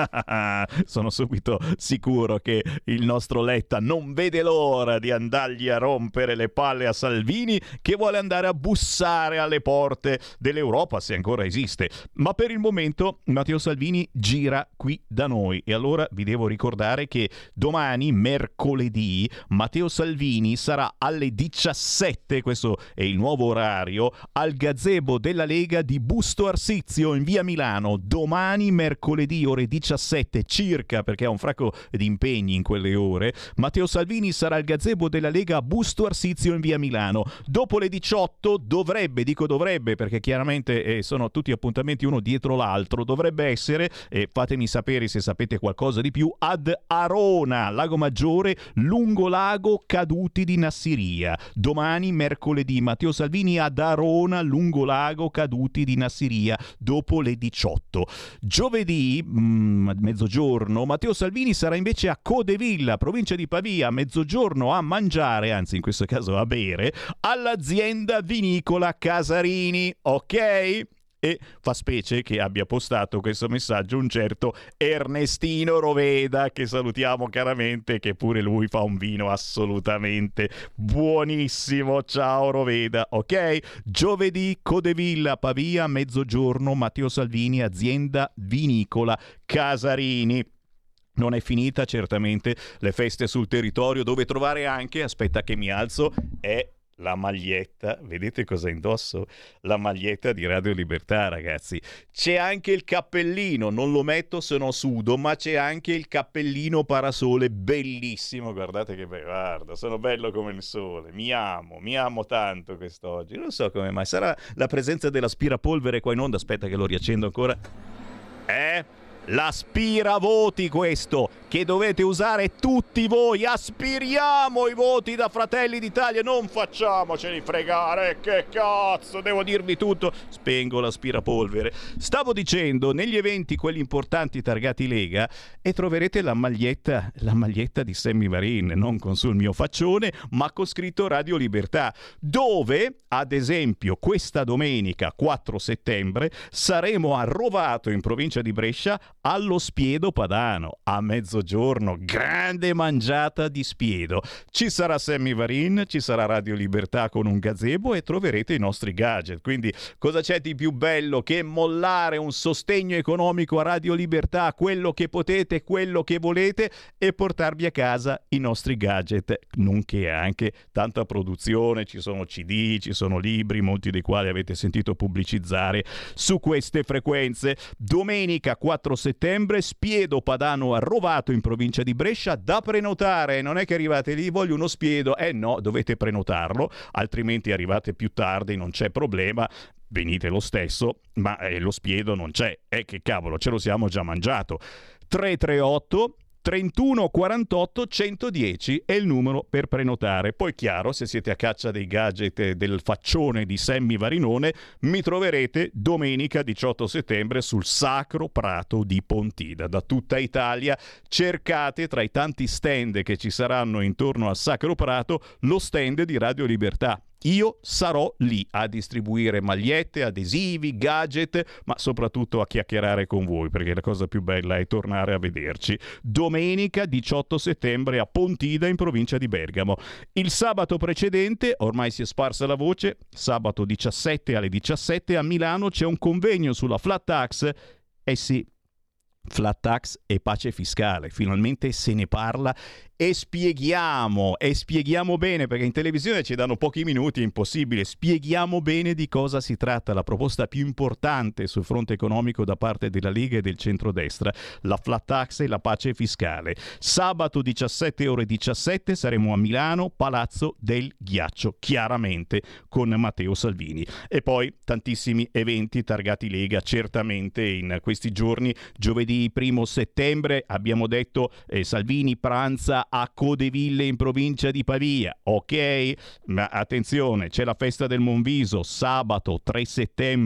Sono subito sicuro che il nostro Letta non vede l'ora di andargli a rompere le palle a Salvini, che vuole andare a bussare alle porte dell'Europa, se ancora esiste. Ma per il momento Matteo Salvini gira qui da noi, e allora vi devo ricordare che domani, mercoledì, Matteo Salvini sarà alle diciassette, questo è il nuovo orario, al gazebo della Lega di Busto Arsizio in via Milano. Domani mercoledì ore diciassette circa, perché ha un fracco di impegni in quelle ore, Matteo Salvini sarà al gazebo della Lega a Busto Arsizio in via Milano. Dopo le diciotto dovrebbe, dico dovrebbe perché chiaramente eh, sono tutti appuntamenti uno dietro l'altro, dovrebbe essere, e eh, fatemi sapere se sapete qualcosa di più, ad Arona, Lago Maggiore, lungo lago Caduti di Nassiria. Domani mercoledì Matteo Salvini ad Arona, lungo lago Caduti di Nassiria, dopo le diciotto. Giovedì, mh, mezzogiorno, Matteo Salvini sarà invece a Codevilla, provincia di Pavia, a mezzogiorno a mangiare, anzi in questo caso a bere, all'azienda vinicola Casarini, ok? E fa specie che abbia postato questo messaggio un certo Ernestino Roveda, che salutiamo caramente, che pure lui fa un vino assolutamente buonissimo. Ciao Roveda, ok? Giovedì Codevilla, Pavia, mezzogiorno Matteo Salvini, azienda vinicola Casarini. Non è finita certamente le feste sul territorio, dove trovare anche, aspetta che mi alzo, è la maglietta, vedete cosa indosso? La maglietta di Radio Libertà, ragazzi. C'è anche il cappellino, non lo metto se no sudo, ma c'è anche il cappellino parasole, bellissimo, guardate che bello, guarda, sono bello come il sole, mi amo, mi amo tanto quest'oggi, non so come mai, sarà la presenza dell'aspirapolvere qua in onda, aspetta che lo riaccendo ancora, eh? L'aspiravoti questo, che dovete usare tutti voi. Aspiriamo i voti da Fratelli d'Italia, non facciamoceli fregare. Che cazzo, devo dirvi tutto. Spengo l'aspirapolvere. Stavo dicendo, negli eventi quelli importanti targati Lega, e troverete la maglietta, la maglietta di Sammy Varin, non con sul mio faccione, ma con scritto Radio Libertà, dove, ad esempio, questa domenica quattro settembre saremo a Rovato, in provincia di Brescia, allo Spiedo Padano a mezzogiorno, grande mangiata di spiedo. Ci sarà Sammy Varin, ci sarà Radio Libertà con un gazebo e troverete i nostri gadget. Quindi cosa c'è di più bello che mollare un sostegno economico a Radio Libertà, quello che potete, quello che volete, e portarvi a casa i nostri gadget, nonché anche tanta produzione. Ci sono C D, ci sono libri, molti dei quali avete sentito pubblicizzare su queste frequenze. Domenica quattro settembre, Spiedo Padano a Rovato in provincia di Brescia, da prenotare. Non è che arrivate lì, voglio uno spiedo, eh no, dovete prenotarlo, altrimenti arrivate più tardi, non c'è problema, venite lo stesso, ma eh, lo spiedo non c'è, eh che cavolo, ce lo siamo già mangiato. Tre tre otto trentuno quarantotto centodieci è il numero per prenotare. Poi chiaro, se siete a caccia dei gadget del faccione di Sammy Varinone, mi troverete domenica diciotto settembre sul Sacro Prato di Pontida. Da tutta Italia cercate tra i tanti stand che ci saranno intorno al Sacro Prato lo stand di Radio Libertà. Io sarò lì a distribuire magliette, adesivi, gadget, ma soprattutto a chiacchierare con voi, perché la cosa più bella è tornare a vederci. Domenica diciotto settembre a Pontida in provincia di Bergamo. Il sabato precedente, ormai si è sparsa la voce, sabato diciassette alle diciassette a Milano c'è un convegno sulla flat tax. Eh sì, flat tax e pace fiscale, finalmente se ne parla e spieghiamo, e spieghiamo bene, perché in televisione ci danno pochi minuti, è impossibile, spieghiamo bene di cosa si tratta, la proposta più importante sul fronte economico da parte della Lega e del centrodestra, la flat tax e la pace fiscale. Sabato diciassette ore diciassette saremo a Milano, Palazzo del Ghiaccio, chiaramente con Matteo Salvini. E poi tantissimi eventi targati Lega, certamente in questi giorni. Giovedì primo settembre abbiamo detto eh, Salvini pranza a Codeville in provincia di Pavia, ok? Ma attenzione, c'è la festa del Monviso sabato tre settembre,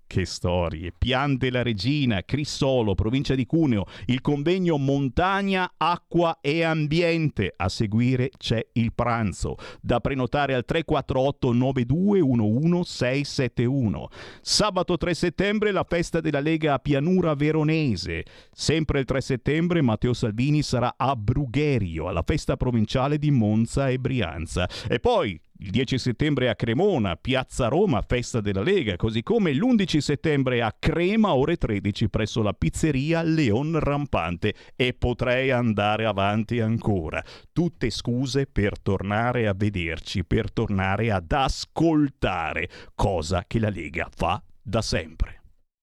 Che storie! Pian della Regina, Crissolo, provincia di Cuneo, il convegno Montagna, Acqua e Ambiente. A seguire c'è il pranzo, da prenotare al tre quattro otto nove due uno uno sei sette uno. Sabato tre settembre la festa della Lega a Pianura Veronese. Sempre il tre settembre Matteo Salvini sarà a Brugherio, alla festa provinciale di Monza e Brianza. E poi il dieci settembre a Cremona, Piazza Roma, festa della Lega, così come l'undici settembre a Crema, ore tredici, presso la pizzeria Leon Rampante. E potrei andare avanti ancora. Tutte scuse per tornare a vederci, per tornare ad ascoltare, cosa che la Lega fa da sempre.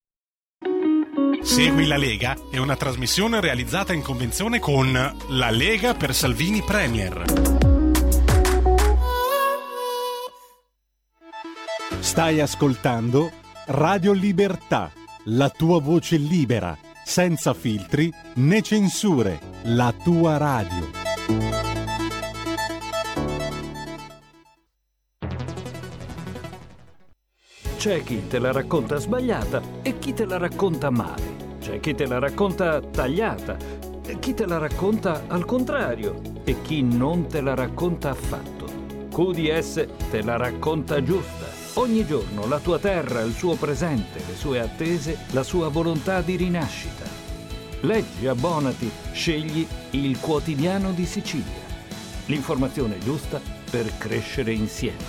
Segui la Lega è una trasmissione realizzata in convenzione con La Lega per Salvini Premier. Stai ascoltando Radio Libertà, la tua voce libera, senza filtri né censure, la tua radio. C'è chi te la racconta sbagliata e chi te la racconta male. C'è chi te la racconta tagliata e chi te la racconta al contrario e chi non te la racconta affatto. Q D S te la racconta giusta. Ogni giorno la tua terra, il suo presente, le sue attese, la sua volontà di rinascita. Leggi, abbonati, scegli il Quotidiano di Sicilia. L'informazione giusta per crescere insieme.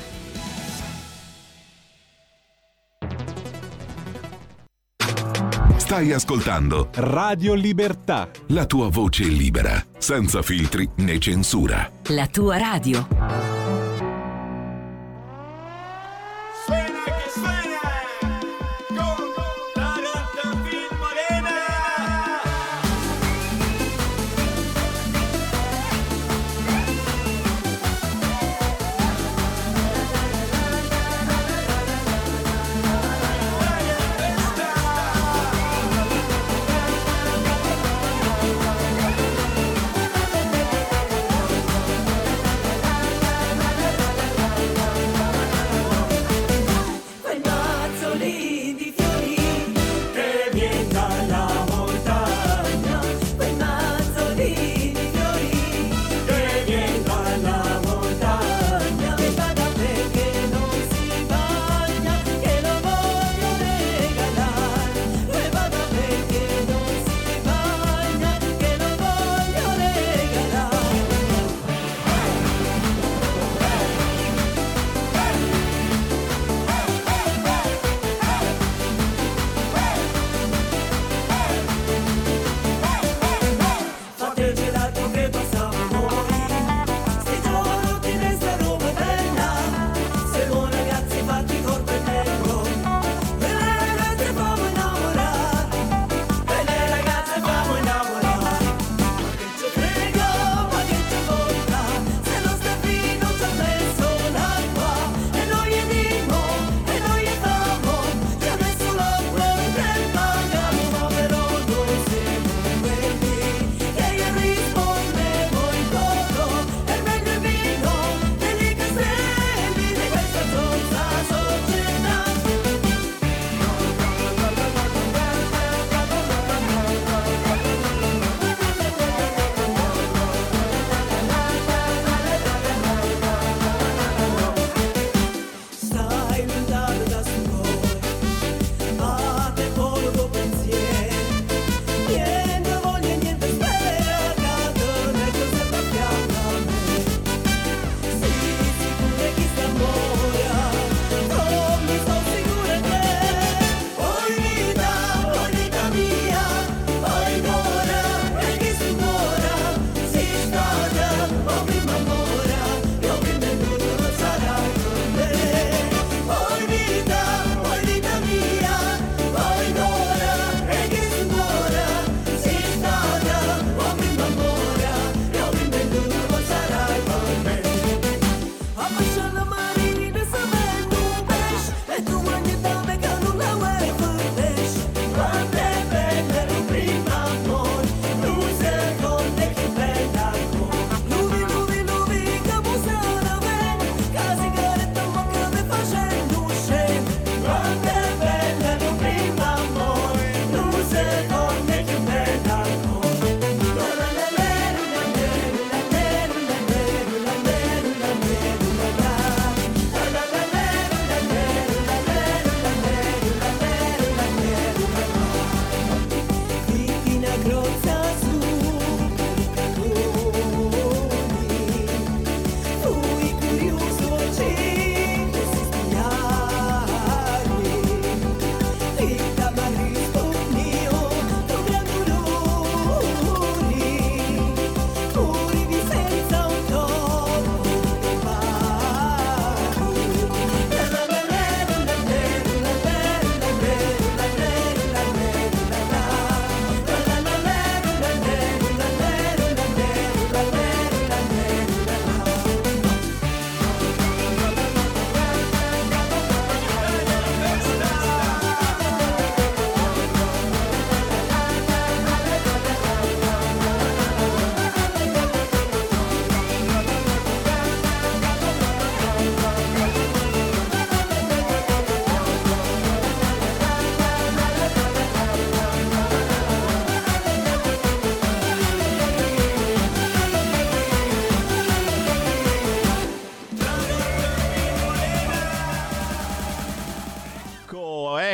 Stai ascoltando Radio Libertà, la tua voce libera, senza filtri né censura. La tua radio.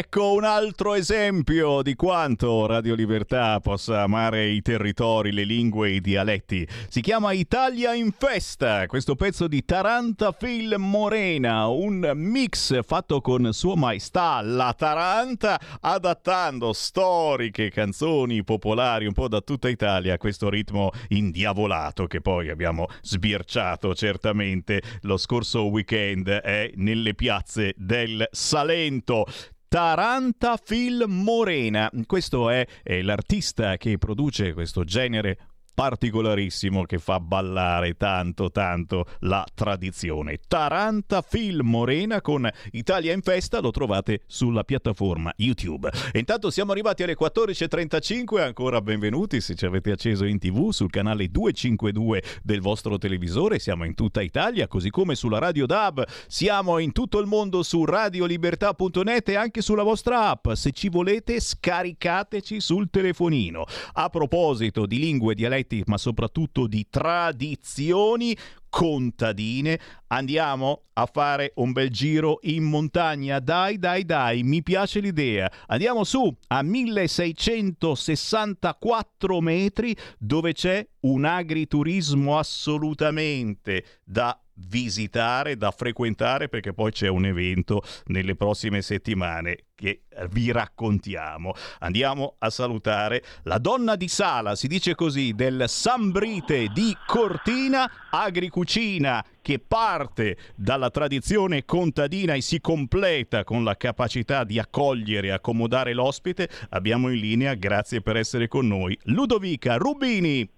Ecco un altro esempio di quanto Radio Libertà possa amare i territori, le lingue e i dialetti. Si chiama Italia in Festa, questo pezzo di Tarantafil Morena, un mix fatto con Sua Maestà la Taranta, adattando storiche canzoni popolari un po' da tutta Italia a questo ritmo indiavolato che poi abbiamo sbirciato certamente lo scorso weekend eh, nelle piazze del Salento. Tarantafil Morena, questo è, è l'artista che produce questo genere particolarissimo che fa ballare tanto tanto la tradizione. Tarantafil Morena con Italia in Festa, lo trovate sulla piattaforma YouTube. E intanto siamo arrivati alle quattordici e trentacinque, ancora benvenuti se ci avete acceso in tv sul canale duecentocinquantadue del vostro televisore. Siamo in tutta Italia, così come sulla Radio D A B, siamo in tutto il mondo su radiolibertà punto net e anche sulla vostra app. Se ci volete scaricateci sul telefonino. A proposito di lingue, dialetti, ma soprattutto di tradizioni contadine, andiamo a fare un bel giro in montagna. Dai, dai, dai, mi piace l'idea. Andiamo su a milleseicentosessantaquattro metri, dove c'è un agriturismo assolutamente da visitare, da frequentare, perché poi c'è un evento nelle prossime settimane che vi raccontiamo. Andiamo a salutare la donna di Sala, si dice così, del Sambrite di Cortina, agricucina che parte dalla tradizione contadina e si completa con la capacità di accogliere e accomodare l'ospite. Abbiamo in linea, grazie per essere con noi, Ludovica Rubini.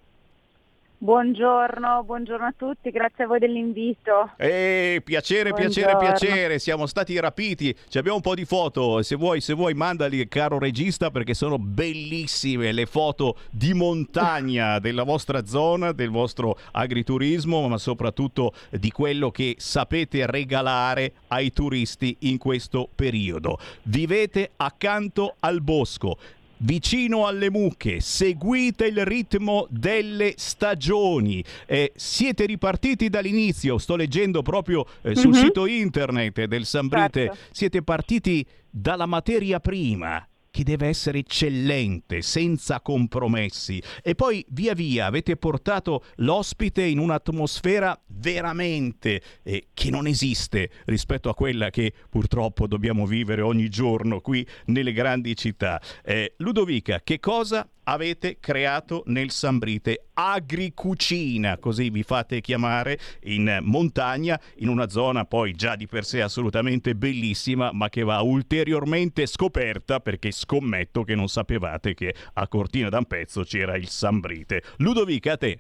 Buongiorno, buongiorno a tutti, grazie a voi dell'invito. Eh, piacere, Buongiorno. piacere, piacere, siamo stati rapiti, ci abbiamo un po' di foto, se vuoi, se vuoi mandali caro regista, perché sono bellissime le foto di montagna della vostra zona, del vostro agriturismo, ma soprattutto di quello che sapete regalare ai turisti in questo periodo. Vivete accanto al bosco, vicino alle mucche, seguite il ritmo delle stagioni, eh, siete ripartiti dall'inizio, sto leggendo proprio eh, sul mm-hmm. sito internet del Sambrite, certo. Siete partiti dalla materia prima, che deve essere eccellente, senza compromessi, e poi via via avete portato l'ospite in un'atmosfera veramente eh, che non esiste rispetto a quella che purtroppo dobbiamo vivere ogni giorno qui nelle grandi città. Eh, Ludovica, che cosa avete creato nel Sambrite? Agricucina, così vi fate chiamare, in montagna, in una zona poi già di per sé assolutamente bellissima, ma che va ulteriormente scoperta, perché scommetto che non sapevate che a Cortina d'Ampezzo c'era il Sambrite. Ludovica, a te.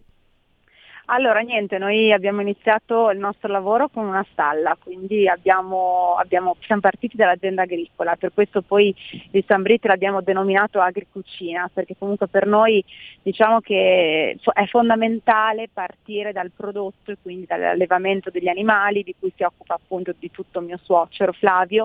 Allora niente, noi abbiamo iniziato il nostro lavoro con una stalla, quindi abbiamo, abbiamo, siamo partiti dall'azienda agricola, per questo poi il Sambrite l'abbiamo denominato agricucina, perché comunque per noi diciamo che è fondamentale partire dal prodotto e quindi dall'allevamento degli animali, di cui si occupa appunto di tutto mio suocero Flavio,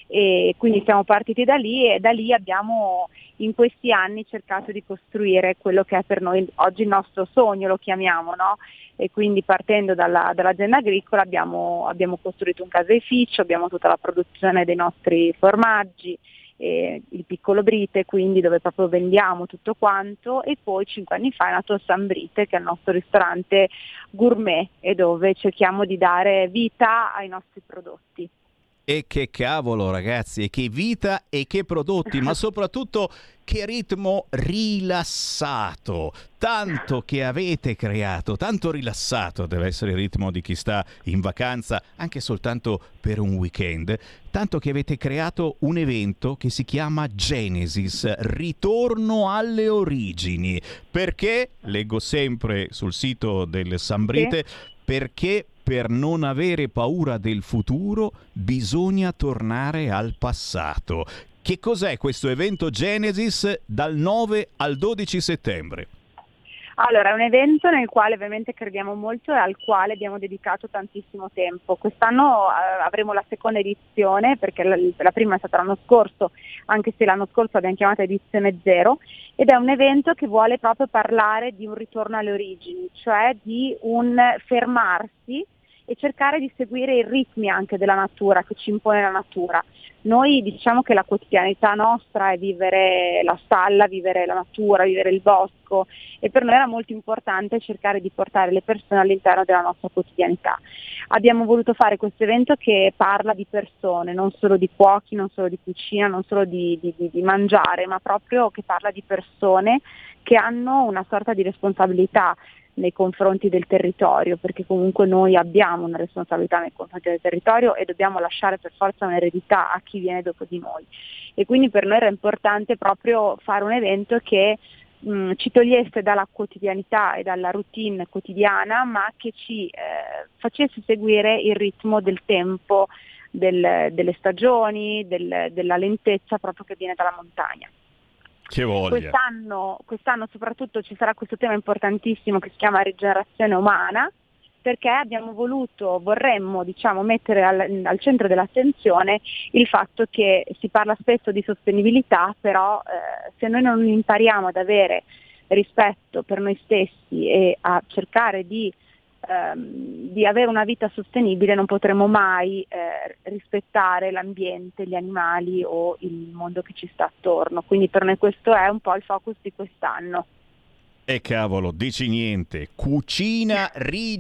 e quindi siamo partiti da lì e da lì abbiamo in questi anni cercato di costruire quello che è per noi oggi il nostro sogno, lo chiamiamo, no? E quindi partendo dalla, dall'azienda agricola abbiamo, abbiamo costruito un caseificio, abbiamo tutta la produzione dei nostri formaggi, eh, il piccolo Brite, quindi dove proprio vendiamo tutto quanto, e poi cinque anni fa è nato il Sambrite, che è il nostro ristorante gourmet e dove cerchiamo di dare vita ai nostri prodotti. E che cavolo ragazzi, e che vita e che prodotti, ma soprattutto che ritmo rilassato, tanto che avete creato, tanto rilassato deve essere il ritmo di chi sta in vacanza, anche soltanto per un weekend, tanto che avete creato un evento che si chiama Genesis, ritorno alle origini, perché, leggo sempre sul sito del Sambrite, sì. perché per non avere paura del futuro bisogna tornare al passato. Che cos'è questo evento Genesis dal nove al dodici settembre? Allora, è un evento nel quale ovviamente crediamo molto e al quale abbiamo dedicato tantissimo tempo. Quest'anno eh, avremo la seconda edizione, perché la, la prima è stata l'anno scorso, anche se l'anno scorso abbiamo chiamato edizione zero, ed è un evento che vuole proprio parlare di un ritorno alle origini, cioè di un fermarsi e cercare di seguire i ritmi anche della natura, che ci impone la natura. Noi diciamo che la quotidianità nostra è vivere la stalla, vivere la natura, vivere il bosco, e per noi era molto importante cercare di portare le persone all'interno della nostra quotidianità. Abbiamo voluto fare questo evento che parla di persone, non solo di cuochi, non solo di cucina, non solo di, di, di mangiare, ma proprio che parla di persone che hanno una sorta di responsabilità nei confronti del territorio, perché comunque noi abbiamo una responsabilità nei confronti del territorio e dobbiamo lasciare per forza un'eredità a chi viene dopo di noi. E quindi per noi era importante proprio fare un evento che mh, ci togliesse dalla quotidianità e dalla routine quotidiana, ma che ci eh, facesse seguire il ritmo del tempo, del, delle stagioni, del, della lentezza proprio che viene dalla montagna. Che voglia. Quest'anno, quest'anno soprattutto ci sarà questo tema importantissimo che si chiama rigenerazione umana, perché abbiamo voluto, vorremmo diciamo mettere al, al centro dell'attenzione il fatto che si parla spesso di sostenibilità, però eh, se noi non impariamo ad avere rispetto per noi stessi e a cercare di Ehm, di avere una vita sostenibile, non potremo mai eh, rispettare l'ambiente, gli animali o il mondo che ci sta attorno. Quindi per noi questo è un po' il focus di quest'anno. E cavolo, dici niente, cucina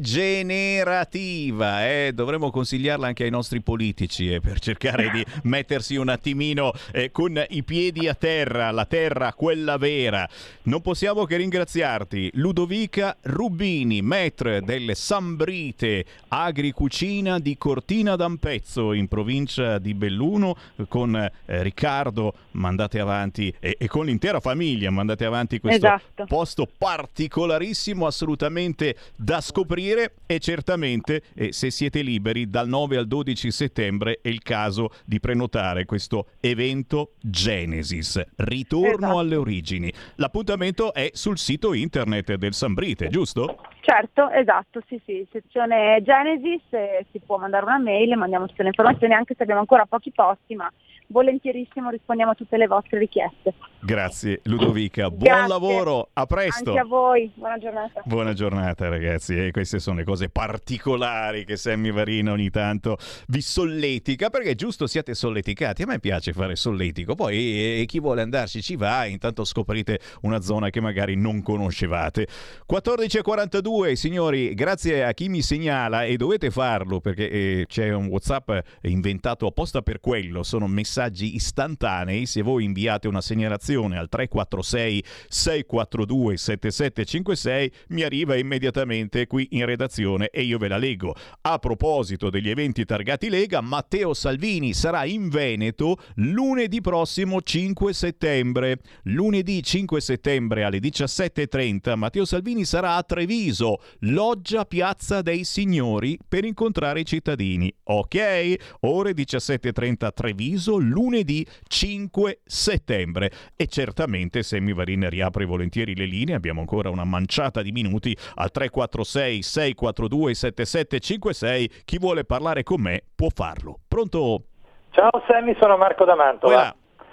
rigenerativa, eh? Dovremmo consigliarla anche ai nostri politici eh, per cercare di mettersi un attimino eh, con i piedi a terra, la terra quella vera. Non possiamo che ringraziarti, Ludovica Rubini, maître delle Sambrite, agricucina di Cortina d'Ampezzo in provincia di Belluno, con eh, Riccardo mandate avanti e, e con l'intera famiglia mandate avanti questo esatto. posto particolarissimo, assolutamente da scoprire, e certamente eh, se siete liberi dal nove al dodici settembre è il caso di prenotare questo evento Genesis, ritorno esatto. alle origini. L'appuntamento è sul sito internet del Sambrite, giusto? Certo, esatto, sì sì, sezione Genesis, eh, si può mandare una mail, mandiamo tutte le informazioni anche se abbiamo ancora pochi posti, ma volentierissimo rispondiamo a tutte le vostre richieste. Grazie Ludovica, buon Grazie. lavoro, a presto. Anche a voi, buona giornata. Buona giornata ragazzi, e queste sono le cose particolari che Sammy Varin ogni tanto vi solletica, perché è giusto siate solleticati, a me piace fare solletico, poi e chi vuole andarci ci va, e intanto scoprite una zona che magari non conoscevate. quattordici e quarantadue signori, grazie a chi mi segnala, e dovete farlo perché eh, c'è un WhatsApp inventato apposta per quello, sono messaggi istantanei. Se voi inviate una segnalazione al tre quattro sei sei quattro due sette sette cinque sei mi arriva immediatamente qui in redazione e io ve la leggo. A proposito degli eventi targati Lega, Matteo Salvini sarà in Veneto lunedì prossimo cinque settembre. Lunedì cinque settembre alle diciassette e trenta Matteo Salvini sarà a Treviso, loggia Piazza dei Signori, per incontrare i cittadini. Ok? Ore diciassette e trenta a Treviso, lunedì cinque settembre. E certamente Sammy Varin riapre volentieri le linee, abbiamo ancora una manciata di minuti al tre quattro sei sei quattro due sette sette cinque sei. Chi vuole parlare con me può farlo. Pronto? Ciao Sammy, sono Marco da Mantova. Buona.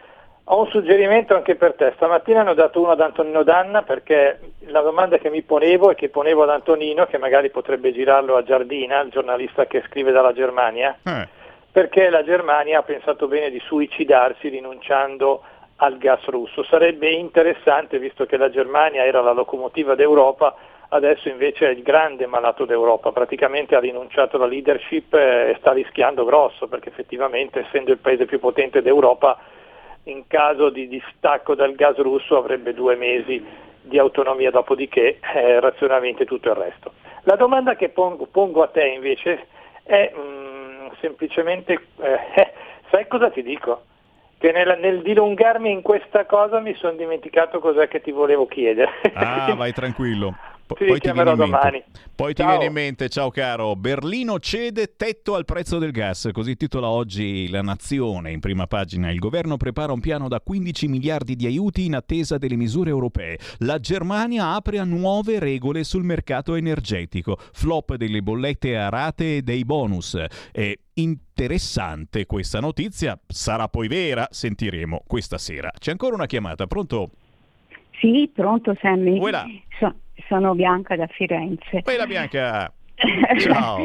Ho un suggerimento anche per te. Stamattina ne ho dato uno ad Antonino Danna, perché la domanda che mi ponevo e che ponevo ad Antonino, che magari potrebbe girarlo a Giardina, il giornalista che scrive dalla Germania, eh. perché la Germania ha pensato bene di suicidarsi rinunciando al gas russo. Sarebbe interessante, visto che la Germania era la locomotiva d'Europa, adesso invece è il grande malato d'Europa, praticamente ha rinunciato alla leadership e sta rischiando grosso, perché effettivamente, essendo il paese più potente d'Europa, in caso di distacco dal gas russo avrebbe due mesi di autonomia, dopodiché eh, razionalmente tutto il resto. La domanda che pongo, pongo a te invece è mh, semplicemente, eh, sai cosa ti dico? Che nel, nel dilungarmi in questa cosa mi sono dimenticato cos'è che ti volevo chiedere. Ah, vai tranquillo. P- Ti poi ti viene in mente. domani. Poi ti Ciao. viene in mente, ciao caro. Berlino cede tetto al prezzo del gas, così titola oggi La Nazione in prima pagina. Il governo prepara un piano da quindici miliardi di aiuti in attesa delle misure europee. La Germania apre a nuove regole sul mercato energetico. Flop delle bollette a rate e dei bonus. E interessante questa notizia, sarà poi vera? Sentiremo questa sera. C'è ancora una chiamata, pronto? Sì, pronto Sammy. Voilà. So- sono Bianca da Firenze. Quella Bianca. Ciao.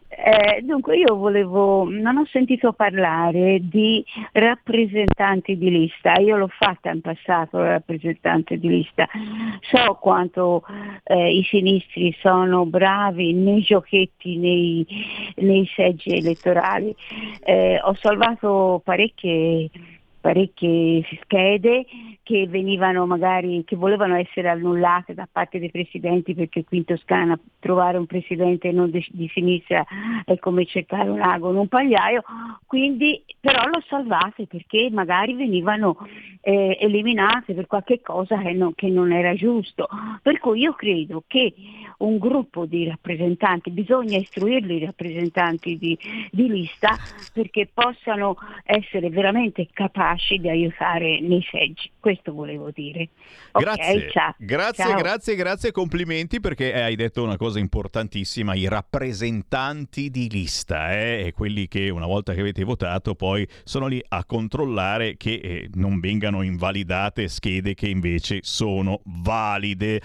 Eh, dunque io volevo, non ho sentito parlare di rappresentanti di lista, io l'ho fatta in passato rappresentante di lista, so quanto eh, i sinistri sono bravi nei giochetti, nei, nei seggi elettorali, eh, ho salvato parecchie parecchie schede che venivano magari, che volevano essere annullate da parte dei presidenti, perché qui in Toscana trovare un presidente non di, di sinistra è come cercare un ago in un pagliaio, quindi però l'ho salvate perché magari venivano eh, eliminate per qualche cosa che non, che non era giusto, per cui io credo che un gruppo di rappresentanti, bisogna istruirli i rappresentanti di, di lista perché possano essere veramente capaci di aiutare nei seggi, questo volevo dire. Grazie, okay, ciao. grazie, ciao. grazie, grazie, complimenti perché hai detto una cosa importantissima, i rappresentanti di lista, eh, e quelli che una volta che avete votato poi sono lì a controllare che eh, non vengano invalidate schede che invece sono valide.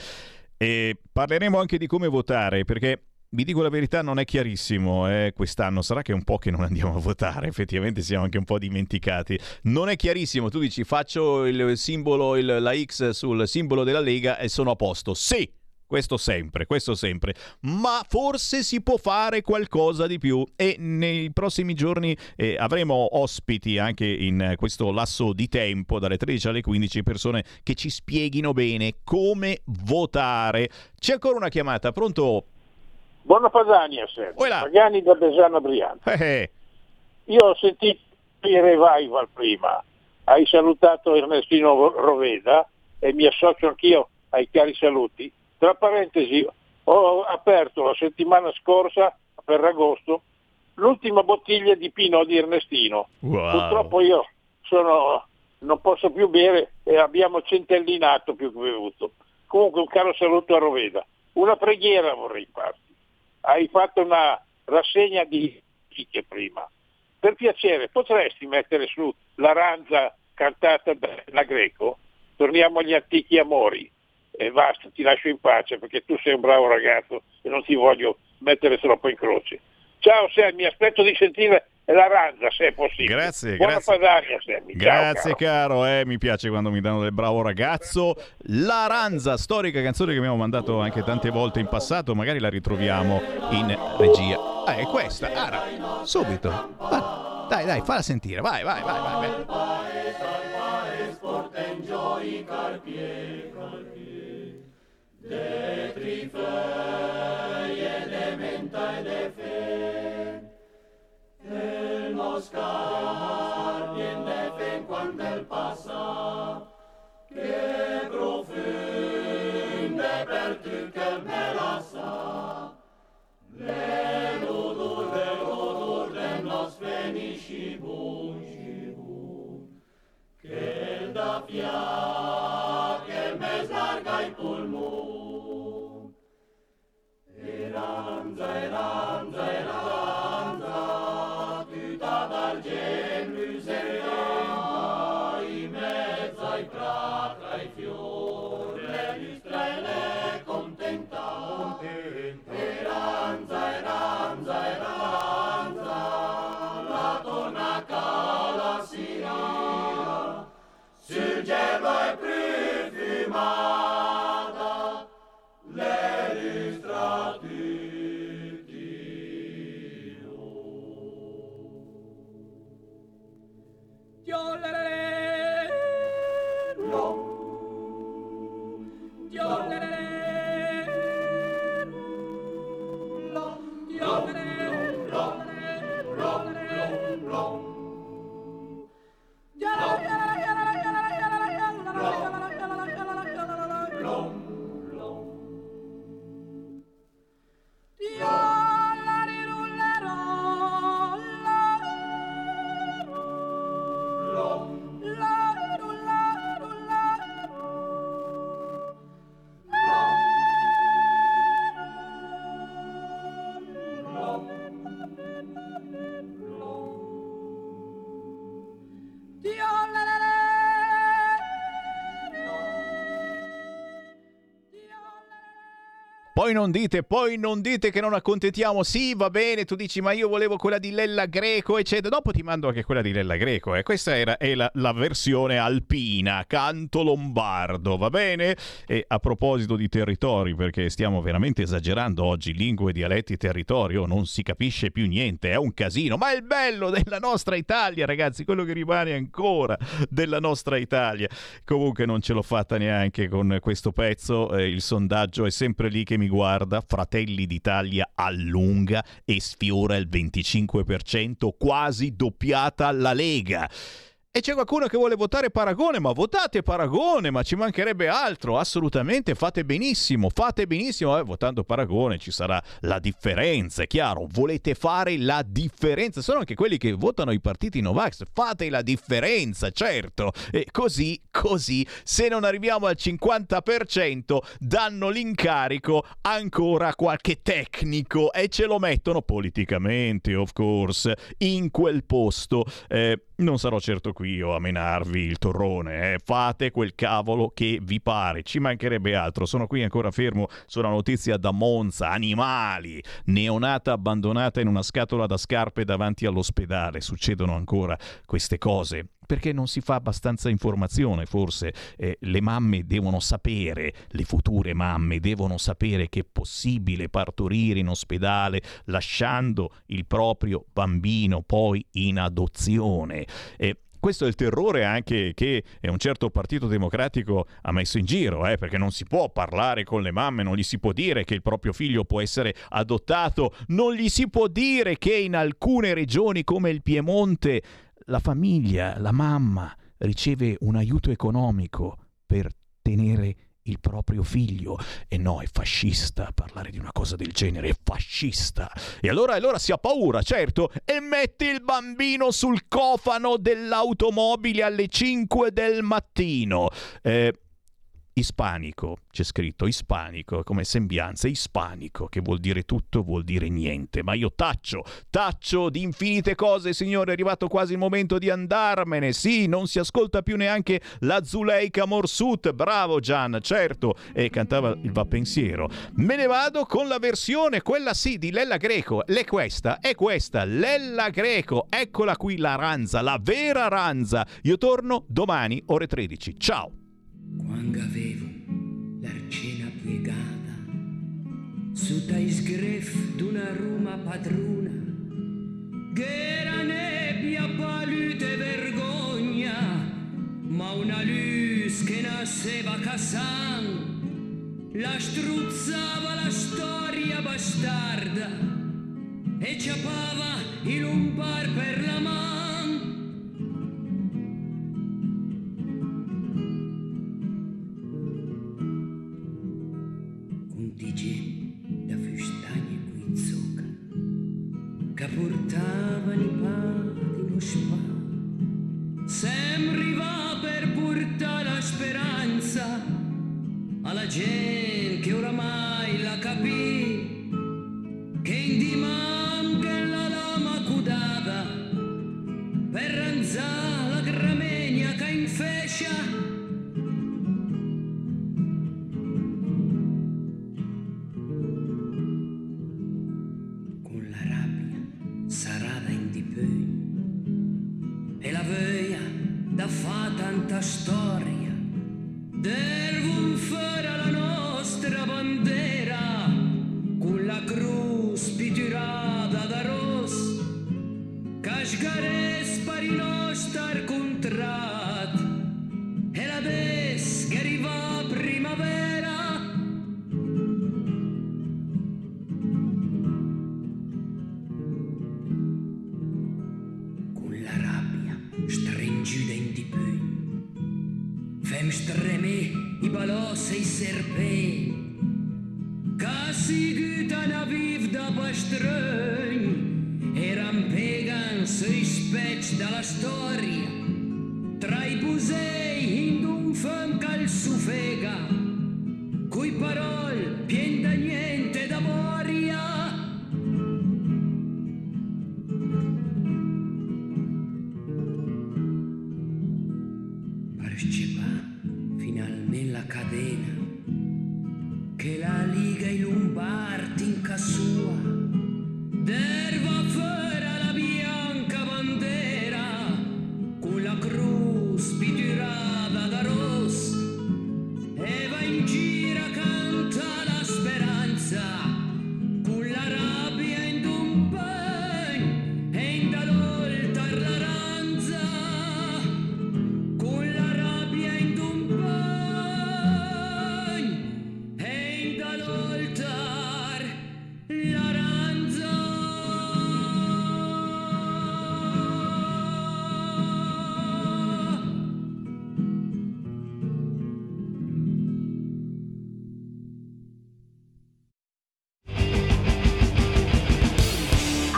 E parleremo anche di come votare perché vi dico la verità, non è chiarissimo eh, quest'anno, sarà che è un po' che non andiamo a votare, effettivamente siamo anche un po' dimenticati, non è chiarissimo, tu dici faccio il simbolo, il, la X sul simbolo della Lega e sono a posto, sì, questo sempre, questo sempre, ma forse si può fare qualcosa di più e nei prossimi giorni eh, avremo ospiti anche in questo lasso di tempo dalle tredici alle quindici, persone che ci spieghino bene come votare. C'è ancora una chiamata, pronto? Buona Padania, Pagani da Besana Brianza. Eh. Io ho sentito il revival prima, hai salutato Ernestino Roveda e mi associo anch'io ai cari saluti. Tra parentesi, ho aperto la settimana scorsa, per agosto, l'ultima bottiglia di Pinot di Ernestino. Wow. Purtroppo io sono, non posso più bere e abbiamo centellinato più che bevuto. Comunque un caro saluto a Roveda. Una preghiera vorrei farti. Hai fatto una rassegna di chicche prima. Per piacere, potresti mettere su l'Aranza cantata da Greco? Torniamo agli antichi amori. E basta, ti lascio in pace perché tu sei un bravo ragazzo e non ti voglio mettere troppo in croce. Ciao Sam, mi aspetto di sentire l'Aranza se è possibile. Grazie, Buona grazie. Padania, Sammy. Grazie Ciao, caro, caro eh, mi piace quando mi danno del bravo ragazzo. L'Aranza, storica canzone che abbiamo mandato anche tante volte in passato, magari la ritroviamo in regia. Ah, è questa, Ara, subito. Ah, dai, dai, falla sentire, vai, vai, vai, vai. vai. De trifeuille, de menta e de fe, el moscar, bien de fe cuando el passa, che profonde per tu che me la sa, le l'odor, le l'odor de nos fenisci bun, che da fia, che me slarga i pulmoni. Eranza, eranza, eranza, tutta d'argent lucerenta, in mezzo ai prati, ai fiori, le lustra e le contenta. Eranza, eranza, eranza, la tonaca la siria, sul gelo è profumata, le lustra Poi non dite, poi non dite che non accontentiamo. Sì, va bene, tu dici ma io volevo quella di Lella Greco, eccetera. Dopo ti mando anche quella di Lella Greco. Eh. Questa era, è la, la versione alpina, canto lombardo, va bene? E a proposito di territori, perché stiamo veramente esagerando oggi, lingue, dialetti, territorio, non si capisce più niente, è un casino. Ma è il bello della nostra Italia, ragazzi, quello che rimane ancora della nostra Italia. Comunque non ce l'ho fatta neanche con questo pezzo, eh, il sondaggio è sempre lì che mi guarda, Fratelli d'Italia allunga e sfiora il venticinque per cento, quasi doppiata la Lega. E c'è qualcuno che vuole votare Paragone, ma votate Paragone, ma ci mancherebbe altro, assolutamente, fate benissimo, fate benissimo, eh, votando Paragone ci sarà la differenza, è chiaro, volete fare la differenza, sono anche quelli che votano i partiti Novax, fate la differenza, certo, e così, così, se non arriviamo al cinquanta per cento, danno l'incarico ancora a qualche tecnico e ce lo mettono politicamente, of course, in quel posto, eh, non sarò certo qui io a menarvi il torrone, eh. Fate quel cavolo che vi pare, ci mancherebbe altro. Sono qui ancora fermo sulla notizia da Monza, animali, neonata abbandonata in una scatola da scarpe davanti all'ospedale. Succedono ancora queste cose perché non si fa abbastanza informazione, forse. Eh, le mamme devono sapere, le future mamme devono sapere che è possibile partorire in ospedale lasciando il proprio bambino poi in adozione. Eh, questo è il terrore anche che un certo partito democratico ha messo in giro, eh, perché non si può parlare con le mamme, non gli si può dire che il proprio figlio può essere adottato, non gli si può dire che in alcune regioni come il Piemonte la famiglia, la mamma, riceve un aiuto economico per tenere il proprio figlio. E no, è fascista parlare di una cosa del genere, è fascista. E allora, allora si ha paura, certo, e metti il bambino sul cofano dell'automobile alle cinque del mattino. Eh, Ispanico, c'è scritto ispanico, come sembianza, ispanico, che vuol dire tutto, vuol dire niente. Ma io taccio, taccio di infinite cose, signore, è arrivato quasi il momento di andarmene. Sì, non si ascolta più neanche la Zuleika Morsut, bravo Gian, certo, e cantava il Va Pensiero. Me ne vado con la versione, quella sì, di Lella Greco. L'è questa, è questa, Lella Greco, eccola qui la ranza, la vera ranza. Io torno domani, ore tredici. Ciao! Quando avevo l'arcena piegata su dai sgref d'una Roma padrona, che era nebbia, palude vergogna, ma una luz che nasceva Cassan la struzzava la storia bastarda e ciapava il un bar per la man. Da fustagne qui zocca che portavano i pati lo spa, sembriva per portare la speranza alla gente che oramai la capì, che in diman che la lama cudava per ranzare la gramegna che in fescia. E la veia da fa tanta storia del fare la nostra bandera con la cruz piturata da ros cascare sparino star contrat e la des che arriva primavera. Stringida in di pugni, fem stremè i balos e i serpenti, che si gutano a viv da pastrugni, e rampegan sui specchi dalla storia, tra i busei in un fem calzufega, cui parol pien da niente da moria. Finalmente la cadena che la liga ilumina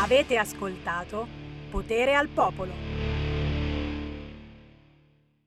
Avete ascoltato Potere al Popolo.